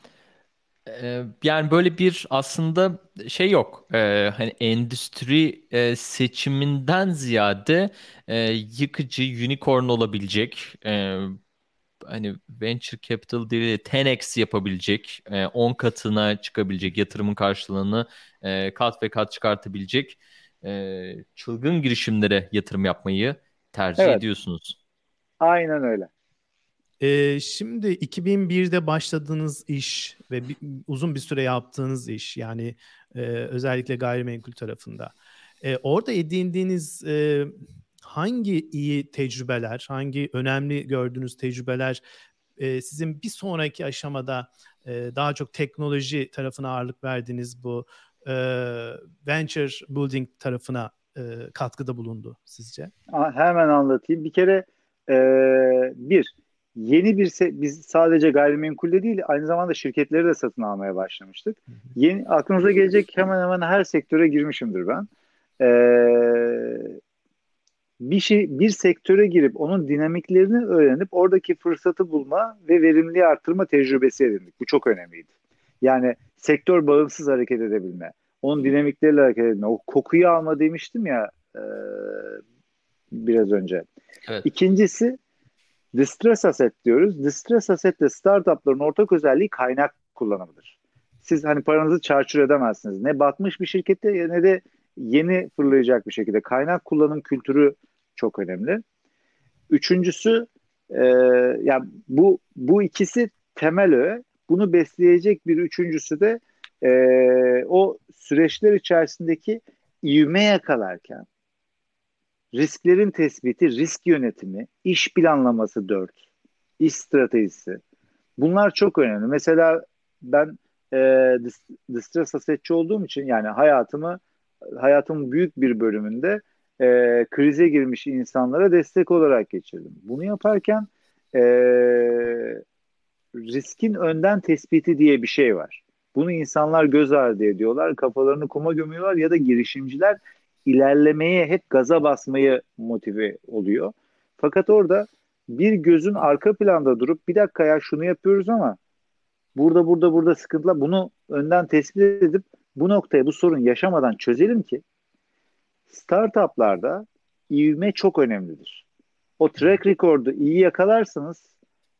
Yani böyle bir aslında şey yok. Hani endüstri seçiminden ziyade yıkıcı, unicorn olabilecek, hani venture capital değil de 10x yapabilecek, 10 katına çıkabilecek yatırımın karşılığını kat ve kat çıkartabilecek çılgın girişimlere yatırım yapmayı tercih Evet. ediyorsunuz. Aynen öyle. Şimdi 2001'de başladığınız iş ve uzun bir süre yaptığınız iş, yani özellikle gayrimenkul tarafında. Orada edindiğiniz hangi iyi tecrübeler, hangi önemli gördüğünüz tecrübeler sizin bir sonraki aşamada daha çok teknoloji tarafına ağırlık verdiğiniz bu e, venture building tarafına katkıda bulundu sizce? Hemen anlatayım. Bir kere bir yeni biz sadece gayrimenkulde değil, aynı zamanda şirketleri de satın almaya başlamıştık. Hı hı. Aklınıza gelecek hemen hemen her sektöre girmişimdir ben. Bir sektöre girip onun dinamiklerini öğrenip oradaki fırsatı bulma ve verimliliği arttırma tecrübesi edindik. Bu çok önemliydi. Yani sektör bağımsız hareket edebilme. Onun dinamikleriyle hareket etme. O kokuyu alma demiştim ya biraz önce. Evet. İkincisi distress asset diyoruz. Distress asset de startupların ortak özelliği kaynak kullanımıdır. Siz hani paranızı çarçur edemezsiniz. Ne batmış bir şirkette ne de yeni fırlayacak bir şekilde. Kaynak kullanım kültürü çok önemli. Üçüncüsü ya bu ikisi temel öğe. Bunu besleyecek bir üçüncüsü de o süreçler içerisindeki ivme yakalarken risklerin tespiti, risk yönetimi, iş planlaması dört, iş stratejisi. Bunlar çok önemli. Mesela ben distress assetçi olduğum için yani hayatımın büyük bir bölümünde krize girmiş insanlara destek olarak geçirdim. Bunu yaparken e, riskin önden tespiti diye bir şey var. Bunu insanlar göz ardı ediyorlar, kafalarını kuma gömüyorlar ya da girişimciler ilerlemeye, hep gaza basmayı motive oluyor. Fakat orada bir gözün arka planda durup bir dakika ya şunu yapıyoruz ama burada sıkıntılar, bunu önden tespit edip bu noktaya bu sorun yaşamadan çözelim ki startuplarda ivme çok önemlidir. O track record'u iyi yakalarsanız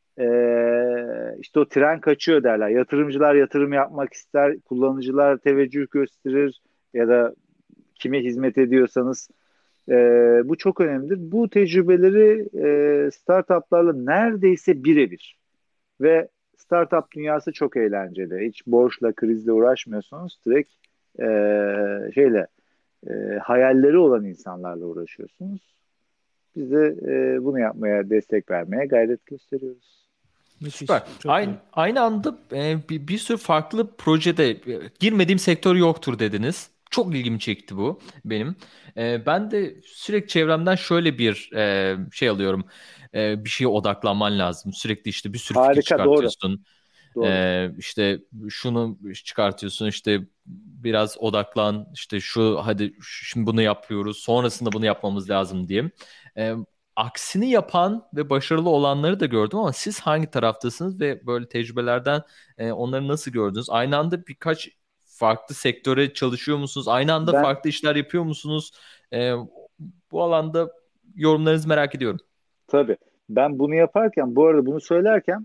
işte o tren kaçıyor derler. Yatırımcılar yatırım yapmak ister, kullanıcılar teveccüh gösterir ya da kime hizmet ediyorsanız bu çok önemlidir. Bu tecrübeleri startuplarla neredeyse birebir ve startup dünyası çok eğlenceli. Hiç borçla, krizle uğraşmıyorsunuz. Direkt e, şeyle hayalleri olan insanlarla uğraşıyorsunuz. Biz de bunu yapmaya, destek vermeye gayret gösteriyoruz. Müthiş. Süper. Çok Aynı, iyi. aynı anda bir sürü farklı projede girmediğim sektör yoktur dediniz. Çok ilgimi çekti bu benim. Ben de sürekli çevremden şöyle bir şey alıyorum. Bir şeye odaklanman lazım. Sürekli işte bir sürü fikir Harika, doğru. çıkartıyorsun. Doğru. İşte şunu çıkartıyorsun, işte biraz odaklan, işte şu hadi şimdi bunu yapıyoruz, sonrasında bunu yapmamız lazım diye. Ee, Aksini yapan ve başarılı olanları da gördüm ama siz hangi taraftasınız ve böyle tecrübelerden onları nasıl gördünüz? Aynı anda birkaç farklı sektöre çalışıyor musunuz? Aynı anda Ben farklı işler yapıyor musunuz? Ee, Bu alanda yorumlarınızı merak ediyorum. tabii ben bunu yaparken, bu arada bunu söylerken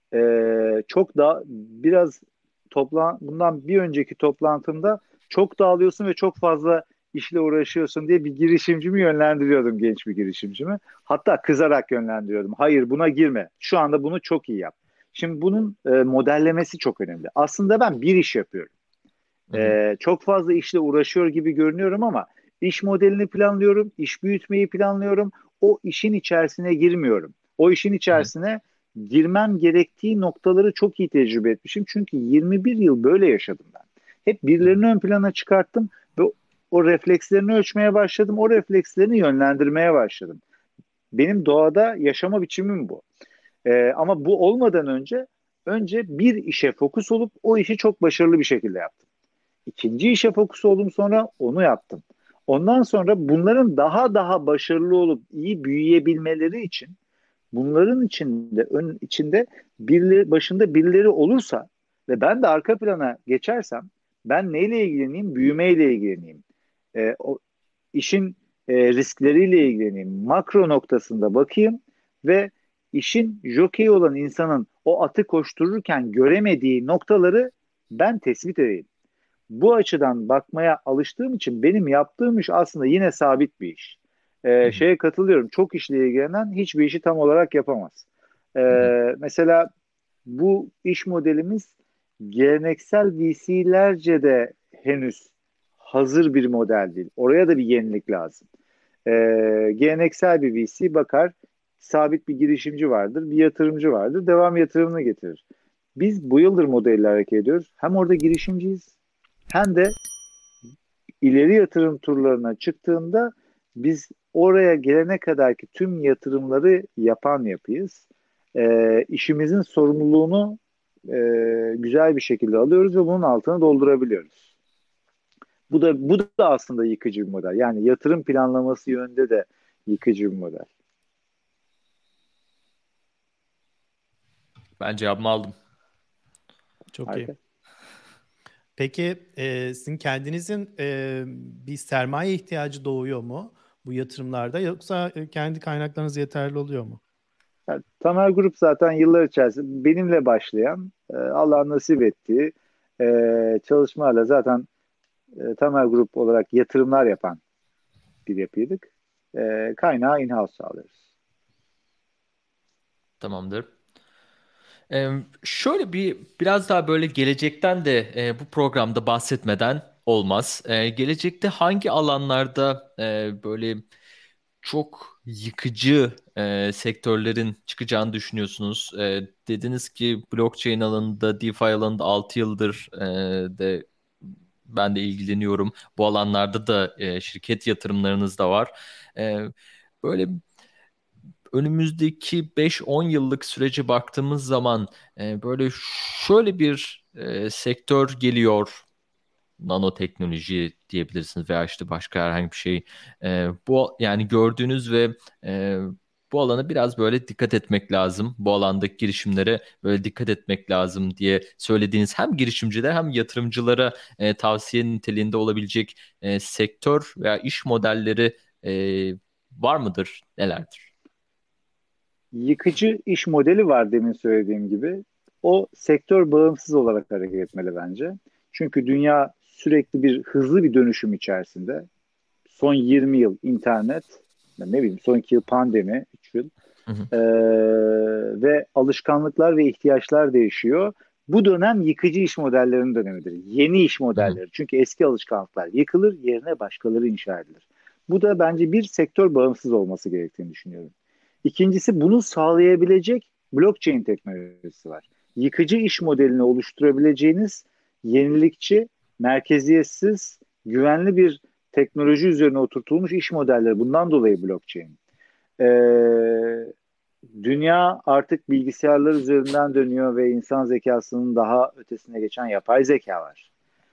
çok da biraz bundan bir önceki toplantımda çok dağılıyorsun ve çok fazla işle uğraşıyorsun diye bir girişimcimi yönlendiriyordum, genç bir girişimcimi. Hatta kızarak yönlendiriyordum. Hayır, buna girme. Şu anda bunu çok iyi yap. Şimdi bunun modellemesi çok önemli. Aslında ben bir iş yapıyorum. Hı hı, Çok fazla işle uğraşıyor gibi görünüyorum ama iş modelini planlıyorum, iş büyütmeyi planlıyorum. O işin içerisine girmiyorum. O işin hı hı, içerisine girmem gerektiği noktaları çok iyi tecrübe etmişim. Çünkü 21 yıl böyle yaşadım ben. Hep hı hı, birilerini ön plana çıkarttım ve o reflekslerini ölçmeye başladım. O reflekslerini yönlendirmeye başladım. Benim doğada yaşama biçimim bu. Ama bu olmadan önce bir işe fokus olup o işi çok başarılı bir şekilde yaptım. İkinci işe fokus oldum, sonra onu yaptım. Ondan sonra bunların daha başarılı olup iyi büyüyebilmeleri için bunların içinde birileri, başında birileri olursa ve ben de arka plana geçersem ben neyle ilgileneyim? Büyümeyle ilgileneyim. O işin riskleriyle ilgileneyim. Makro noktasında bakayım ve işin jokeyi olan insanın o atı koştururken göremediği noktaları ben tespit edeyim. Bu açıdan bakmaya alıştığım için benim yaptığım iş aslında yine sabit bir iş. hı hı, Şeye katılıyorum. Çok işle ilgilenen hiçbir işi tam olarak yapamaz. hı hı. Mesela bu iş modelimiz geleneksel VC'lerce de henüz hazır bir model değil. Oraya da bir yenilik lazım. Geleneksel bir VC bakar, sabit bir girişimci vardır, bir yatırımcı vardır, devam yatırımını getirir. Biz bu yıldır modelle hareket ediyoruz. Hem orada girişimciyiz hem de ileri yatırım turlarına çıktığında biz oraya gelene kadarki tüm yatırımları yapan yapıyız. İşimizin sorumluluğunu güzel bir şekilde alıyoruz ve bunun altını doldurabiliyoruz. Bu da aslında yıkıcı bir model. Yani yatırım planlaması yönünde de yıkıcı bir model. Ben cevabımı aldım. Çok iyi. Harika. Peki sizin kendinizin bir sermaye ihtiyacı doğuyor mu bu yatırımlarda, yoksa kendi kaynaklarınız yeterli oluyor mu? Yani Tamer Grup zaten yıllar içerisinde benimle başlayan, Allah nasip ettiği çalışmalarla zaten Tamer Grup olarak yatırımlar yapan bir yapıydık. Kaynağı in-house sağlıyoruz. Tamamdır. Şöyle biraz daha böyle gelecekten de bu programda bahsetmeden olmaz. Gelecekte hangi alanlarda böyle çok yıkıcı sektörlerin çıkacağını düşünüyorsunuz? Dediniz ki blockchain alanında, DeFi alanında 6 yıldır de ben de ilgileniyorum. Bu alanlarda da şirket yatırımlarınız da var. Böyle önümüzdeki 5-10 yıllık sürece baktığımız zaman böyle şöyle bir sektör geliyor. Nanoteknoloji diyebilirsiniz veya işte başka herhangi bir şey. Bu yani gördüğünüz ve bu alana biraz böyle dikkat etmek lazım. Bu alandaki girişimlere böyle dikkat etmek lazım diye söylediğiniz hem girişimcilere hem yatırımcılara tavsiye niteliğinde olabilecek sektör veya iş modelleri var mıdır? Nelerdir? Yıkıcı iş modeli var demin söylediğim gibi. O sektör bağımsız olarak hareket etmeli bence. Çünkü dünya sürekli hızlı bir dönüşüm içerisinde. Son 20 yıl internet, ne bileyim son 2 yıl pandemi, 3 yıl Hı hı. Ee, ve alışkanlıklar ve ihtiyaçlar değişiyor. Bu dönem yıkıcı iş modellerinin dönemidir. Yeni iş Hı hı. modelleri. Çünkü eski alışkanlıklar yıkılır, yerine başkaları inşa edilir. Bu da bence bir sektör bağımsız olması gerektiğini düşünüyorum. İkincisi bunu sağlayabilecek blockchain teknolojisi var. Yıkıcı iş modelini oluşturabileceğiniz yenilikçi, merkeziyetsiz, güvenli bir teknoloji üzerine oturtulmuş iş modelleri. Bundan dolayı blockchain. Ee, Dünya artık bilgisayarlar üzerinden dönüyor ve insan zekasının daha ötesine geçen yapay zeka var.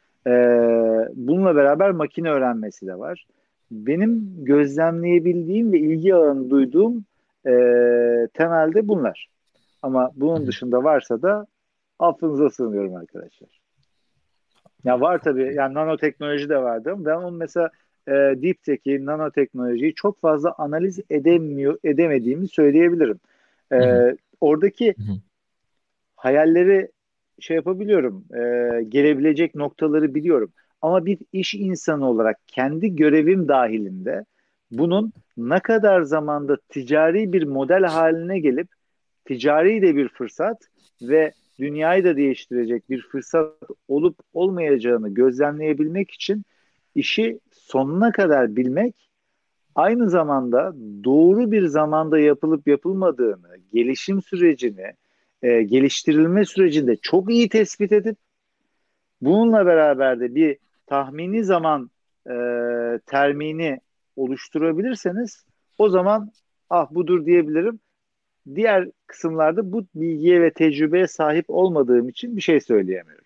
Bununla beraber makine öğrenmesi de var. Benim gözlemleyebildiğim ve ilgi alanı duyduğum temelde bunlar. Ama Hı bunun hı. dışında varsa da affınıza sığınıyorum arkadaşlar. Ya var tabii, yani nanoteknoloji de vardı. Ben onun mesela Deep Tech'i, nanoteknolojiyi çok fazla analiz edemediğimi söyleyebilirim. Hı hı. Oradaki Hı hı. hayalleri şey yapabiliyorum, gelebilecek noktaları biliyorum. Ama bir iş insanı olarak kendi görevim dahilinde bunun ne kadar zamanda ticari bir model haline gelip ticari de bir fırsat ve dünyayı da değiştirecek bir fırsat olup olmayacağını gözlemleyebilmek için işi sonuna kadar bilmek, aynı zamanda doğru bir zamanda yapılıp yapılmadığını, gelişim sürecini, geliştirilme sürecinde çok iyi tespit edip bununla beraber de bir tahmini zaman e, termini oluşturabilirseniz o zaman ah budur diyebilirim. Diğer kısımlarda bu bilgiye ve tecrübeye sahip olmadığım için bir şey söyleyemiyorum.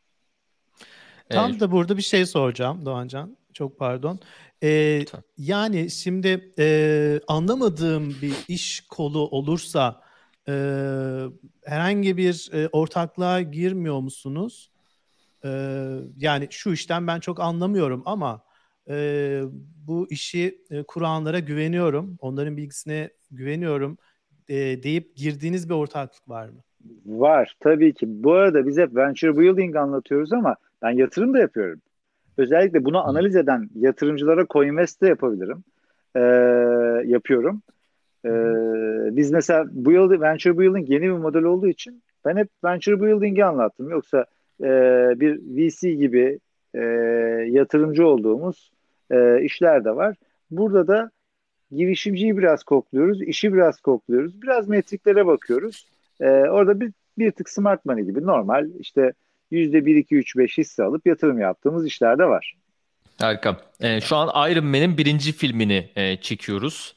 E, Tam da burada bir şey soracağım Doğancan. Çok pardon. Ee, lütfen. Yani şimdi anlamadığım bir iş kolu olursa e, herhangi bir ortaklığa girmiyor musunuz? Yani şu işten ben çok anlamıyorum ama bu işi kuranlara güveniyorum, onların bilgisine güveniyorum deyip girdiğiniz bir ortaklık var mı? Var tabii ki. Bu arada biz hep venture building anlatıyoruz ama ben yatırım da yapıyorum. Özellikle bunu Hı analiz eden yatırımcılara co-invest de yapabilirim. Ee, Yapıyorum. Hı hı. Biz mesela venture building yeni bir model olduğu için ben hep venture building'i anlattım. Yoksa e, bir VC gibi e, yatırımcı olduğumuz işler de var. Burada da girişimciyi biraz kokluyoruz, işi biraz kokluyoruz, biraz metriklere bakıyoruz. Orada bir tık smart money gibi normal işte %1, 2, 3, 5 hisse alıp yatırım yaptığımız işler de var. Harika. Şu an Iron Man'in birinci filmini çekiyoruz.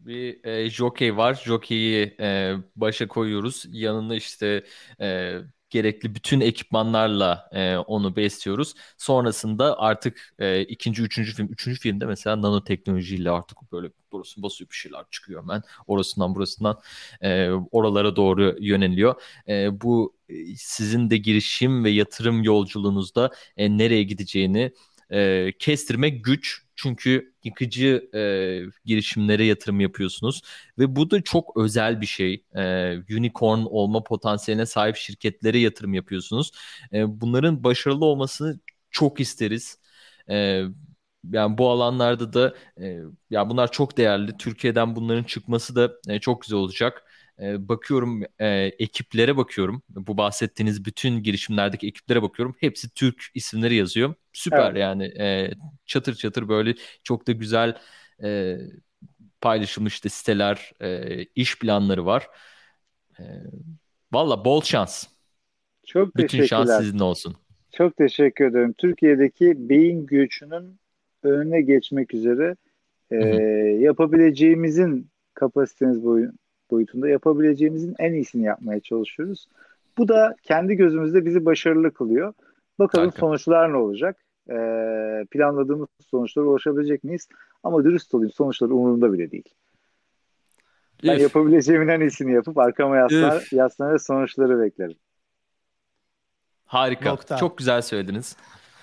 Bir jockey var. Jockey'i başa koyuyoruz. Yanına işte gerekli bütün ekipmanlarla onu besliyoruz. Sonrasında artık ikinci, üçüncü filmde mesela nanoteknolojiyle artık böyle burası basıyor bir şeyler çıkıyor hemen. Orasından burasından oralara doğru yöneliyor. Bu sizin de girişim ve yatırım yolculuğunuzda nereye gideceğini kestirmek güç. Çünkü yıkıcı girişimlere yatırım yapıyorsunuz. Ve bu da çok özel bir şey. Unicorn olma potansiyeline sahip şirketlere yatırım yapıyorsunuz. Bunların başarılı olmasını çok isteriz. E, Yani bu alanlarda da ya bunlar çok değerli. Türkiye'den bunların çıkması da çok güzel olacak. Bakıyorum ekiplere bakıyorum. Bu bahsettiğiniz bütün girişimlerdeki ekiplere bakıyorum. Hepsi Türk isimleri yazıyor. Süper Evet. yani çatır çatır böyle çok da güzel e, paylaşılmış işte siteler, iş planları var. E, Valla bol şans. Çok Bütün şans teşekkürler. sizin olsun. Çok teşekkür ederim. Türkiye'deki beyin göçünün önüne geçmek üzere e, Hı hı. yapabileceğimizin kapasitemiz boyutunda yapabileceğimizin en iyisini yapmaya çalışıyoruz. Bu da kendi gözümüzde bizi başarılı kılıyor. Bakalım Harika. sonuçlar ne olacak? Planladığımız sonuçlara ulaşabilecek miyiz? Ama dürüst olayım, sonuçlar umurumda bile değil. Ben Üf, yapabileceğimin en iyisini yapıp arkama üf. yaslanır sonuçları beklerim. Harika. Nokta. Çok güzel söylediniz.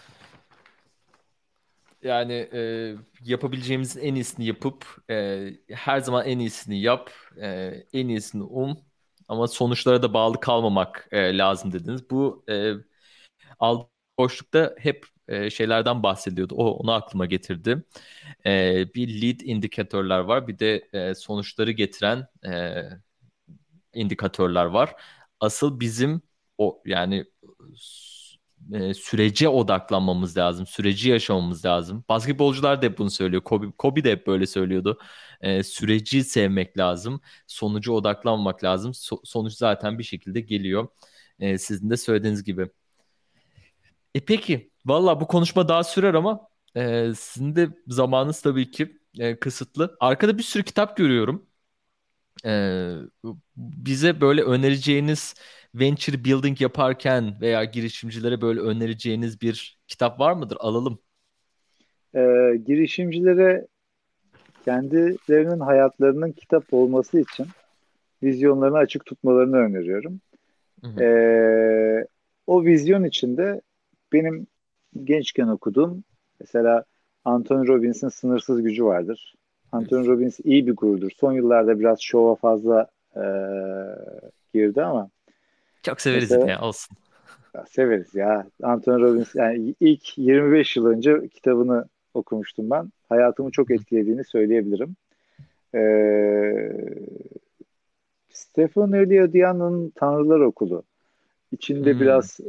Yani yapabileceğimizin en iyisini yapıp her zaman en iyisini yap, en iyisini ama sonuçlara da bağlı kalmamak lazım dediniz. Bu aldığım boşlukta hep şeylerden bahsediyordu. Onu aklıma getirdi. Bir lead indikatörler var, bir de sonuçları getiren indikatörler var. Asıl bizim o yani sürece odaklanmamız lazım. Süreci yaşamamız lazım. Basketbolcular da hep bunu söylüyor. Kobe de hep böyle söylüyordu. Süreci sevmek lazım. Sonuca odaklanmamak lazım. Sonuç zaten bir şekilde geliyor. Sizin de söylediğiniz gibi. Peki. Valla bu konuşma daha sürer ama sizin de zamanınız tabii ki kısıtlı. Arkada bir sürü kitap görüyorum. Ee, Bize böyle önereceğiniz venture building yaparken veya girişimcilere böyle önereceğiniz bir kitap var mıdır? Alalım. Girişimcilere kendilerinin hayatlarının kitap olması için vizyonlarını açık tutmalarını öneriyorum. Hı hı. Ee, O vizyon içinde benim gençken okuduğum mesela Anthony Robbins'in Sınırsız Gücü vardır. Anthony Üf. Robbins iyi bir gurudur. Son yıllarda biraz şova fazla girdi ama Çok severiz yine mesela ya, olsun. ya severiz ya. Anthony Robbins yani ilk 25 yıl önce kitabını okumuştum ben. Hayatımı çok Hı hı. etkilediğini söyleyebilirim. Ee, Stefan Eliadiano'nun Tanrılar Okulu. İçinde Hmm. biraz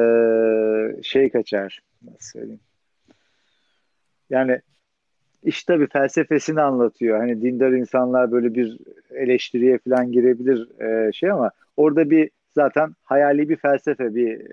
şey kaçar. Nasıl söyleyeyim? Yani işte bir felsefesini anlatıyor. Hani dindar insanlar böyle bir eleştiriye falan girebilir şey ama orada bir zaten hayali bir felsefe, bir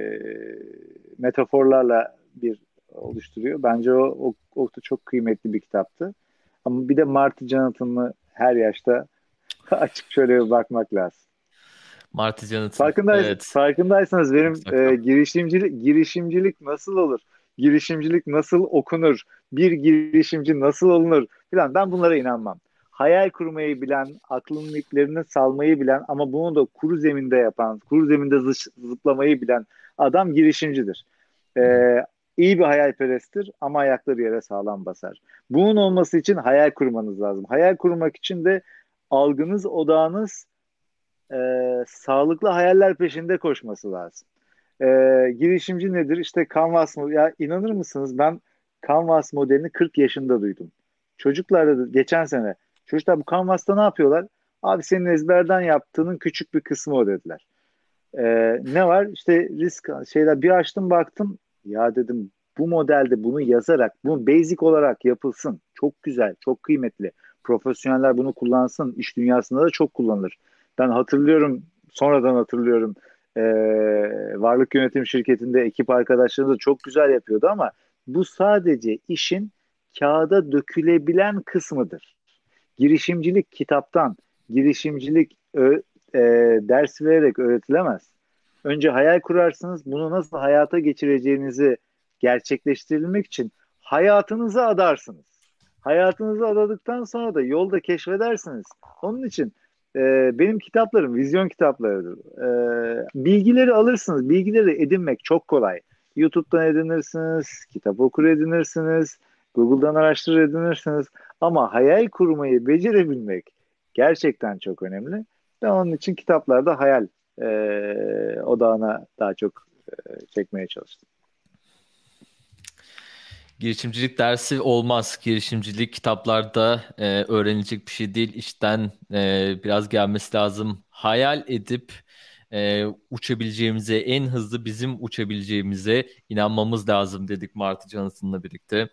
metaforlarla bir oluşturuyor. Bence o da çok kıymetli bir kitaptı. Ama bir de Marty Jonathan'ı her yaşta açık şöyle bir bakmak lazım. Marty Jonathan. Evet. Farkındaysanız benim Güzel kitap. girişimcilik nasıl olur? Girişimcilik nasıl okunur? Bir girişimci nasıl olunur? Falan. Ben bunlara inanmam. Hayal kurmayı bilen, aklının iplerini salmayı bilen ama bunu da kuru zeminde yapan, kuru zeminde zıplamayı bilen adam girişimcidir. Hı hı. İyi bir hayalperesttir ama ayakları yere sağlam basar. Bunun olması için hayal kurmanız lazım. Hayal kurmak için de algınız, odağınız sağlıklı hayaller peşinde koşması lazım. E, Girişimci nedir? İşte Canvas mı? Ya inanır mısınız? Ben Canvas modelini 40 yaşında duydum. Çocuklar da geçen sene. Çocuklar bu Canvas'ta ne yapıyorlar? Abi senin ezberden yaptığının küçük bir kısmı o dediler. E, Ne var? İşte risk şeyler bir açtım baktım. Ya dedim bu modelde bunu yazarak, bunu basic olarak yapılsın. Çok güzel, çok kıymetli. Profesyoneller bunu kullansın. İş dünyasında da çok kullanılır. Ben hatırlıyorum, sonradan hatırlıyorum. Ee, Varlık yönetim şirketinde ekip arkadaşlarımız da çok güzel yapıyordu ama bu sadece işin kağıda dökülebilen kısmıdır. Girişimcilik kitaptan, girişimcilik ders vererek öğretilemez. Önce hayal kurarsınız. Bunu nasıl hayata geçireceğinizi gerçekleştirebilmek için hayatınızı adarsınız. Hayatınızı adadıktan sonra da yolda keşfedersiniz. Onun için benim kitaplarım vizyon kitaplarıdır. Bilgileri alırsınız. Bilgileri edinmek çok kolay. YouTube'dan edinirsiniz, kitap okur edinirsiniz, Google'dan araştırır edinirsiniz. Ama hayal kurmayı becerebilmek gerçekten çok önemli. Ve onun için kitaplarda hayal odağına daha çok çekmeye çalıştım. Girişimcilik dersi olmaz. Girişimcilik kitaplarda öğrenilecek bir şey değil. İşten biraz gelmesi lazım. Hayal edip uçabileceğimize, en hızlı bizim uçabileceğimize inanmamız lazım dedik Marty Johnson'la birlikte.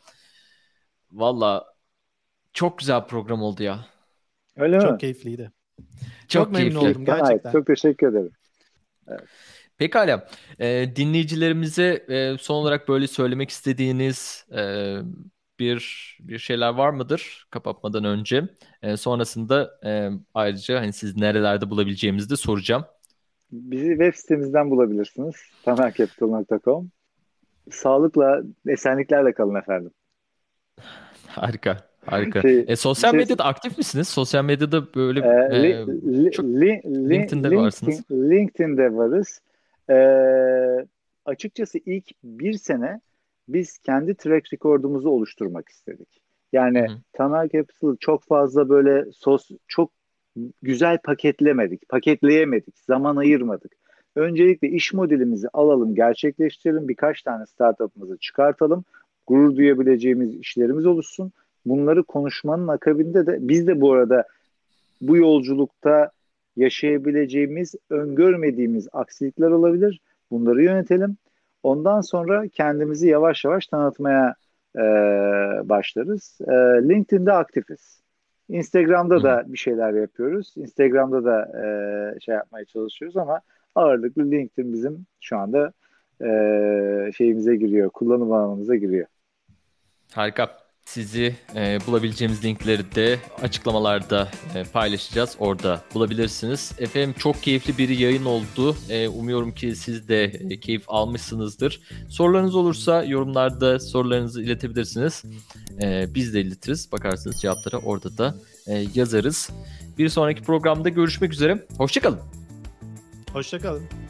Valla çok güzel program oldu ya. Öyle mi? Çok keyifliydi. Çok memnun keyifli. oldum gerçekten. Çok teşekkür ederim. Evet. Pekala. Dinleyicilerimize son olarak böyle söylemek istediğiniz bir şeyler var mıdır kapatmadan önce? Sonrasında ayrıca hani siz nerelerde bulabileceğimizi de soracağım. Bizi web sitemizden bulabilirsiniz. tamercapital.com. Sağlıkla, esenliklerle kalın efendim. Harika. Harika. Şey, Sosyal medyada aktif misiniz? Sosyal medyada böyle çok LinkedIn'de varsınız. LinkedIn'de varız. Açıkçası ilk bir sene biz kendi track record'umuzu oluşturmak istedik. Yani Tamer Capital çok fazla böyle çok güzel paketleyemedik, zaman ayırmadık. Öncelikle iş modelimizi alalım, gerçekleştirelim, birkaç tane startup'ımızı çıkartalım, gurur duyabileceğimiz işlerimiz oluşsun. Bunları konuşmanın akabinde de biz de bu arada bu yolculukta yaşayabileceğimiz, öngörmediğimiz aksilikler olabilir. Bunları yönetelim. Ondan sonra kendimizi yavaş yavaş tanıtmaya başlarız. LinkedIn'de aktifiz. Instagram'da da bir şeyler yapıyoruz. Instagram'da da şey yapmaya çalışıyoruz ama ağırlıklı LinkedIn bizim şu anda şeyimize giriyor, kullanım alanımıza giriyor. Harika. Sizi bulabileceğimiz linkleri de açıklamalarda paylaşacağız. Orada bulabilirsiniz. Efendim çok keyifli bir yayın oldu. Umuyorum ki siz de keyif almışsınızdır. Sorularınız olursa yorumlarda sorularınızı iletebilirsiniz. Biz de iletiriz. Bakarsınız cevaplara orada da yazarız. Bir sonraki programda görüşmek üzere. Hoşça kalın. Hoşça kalın.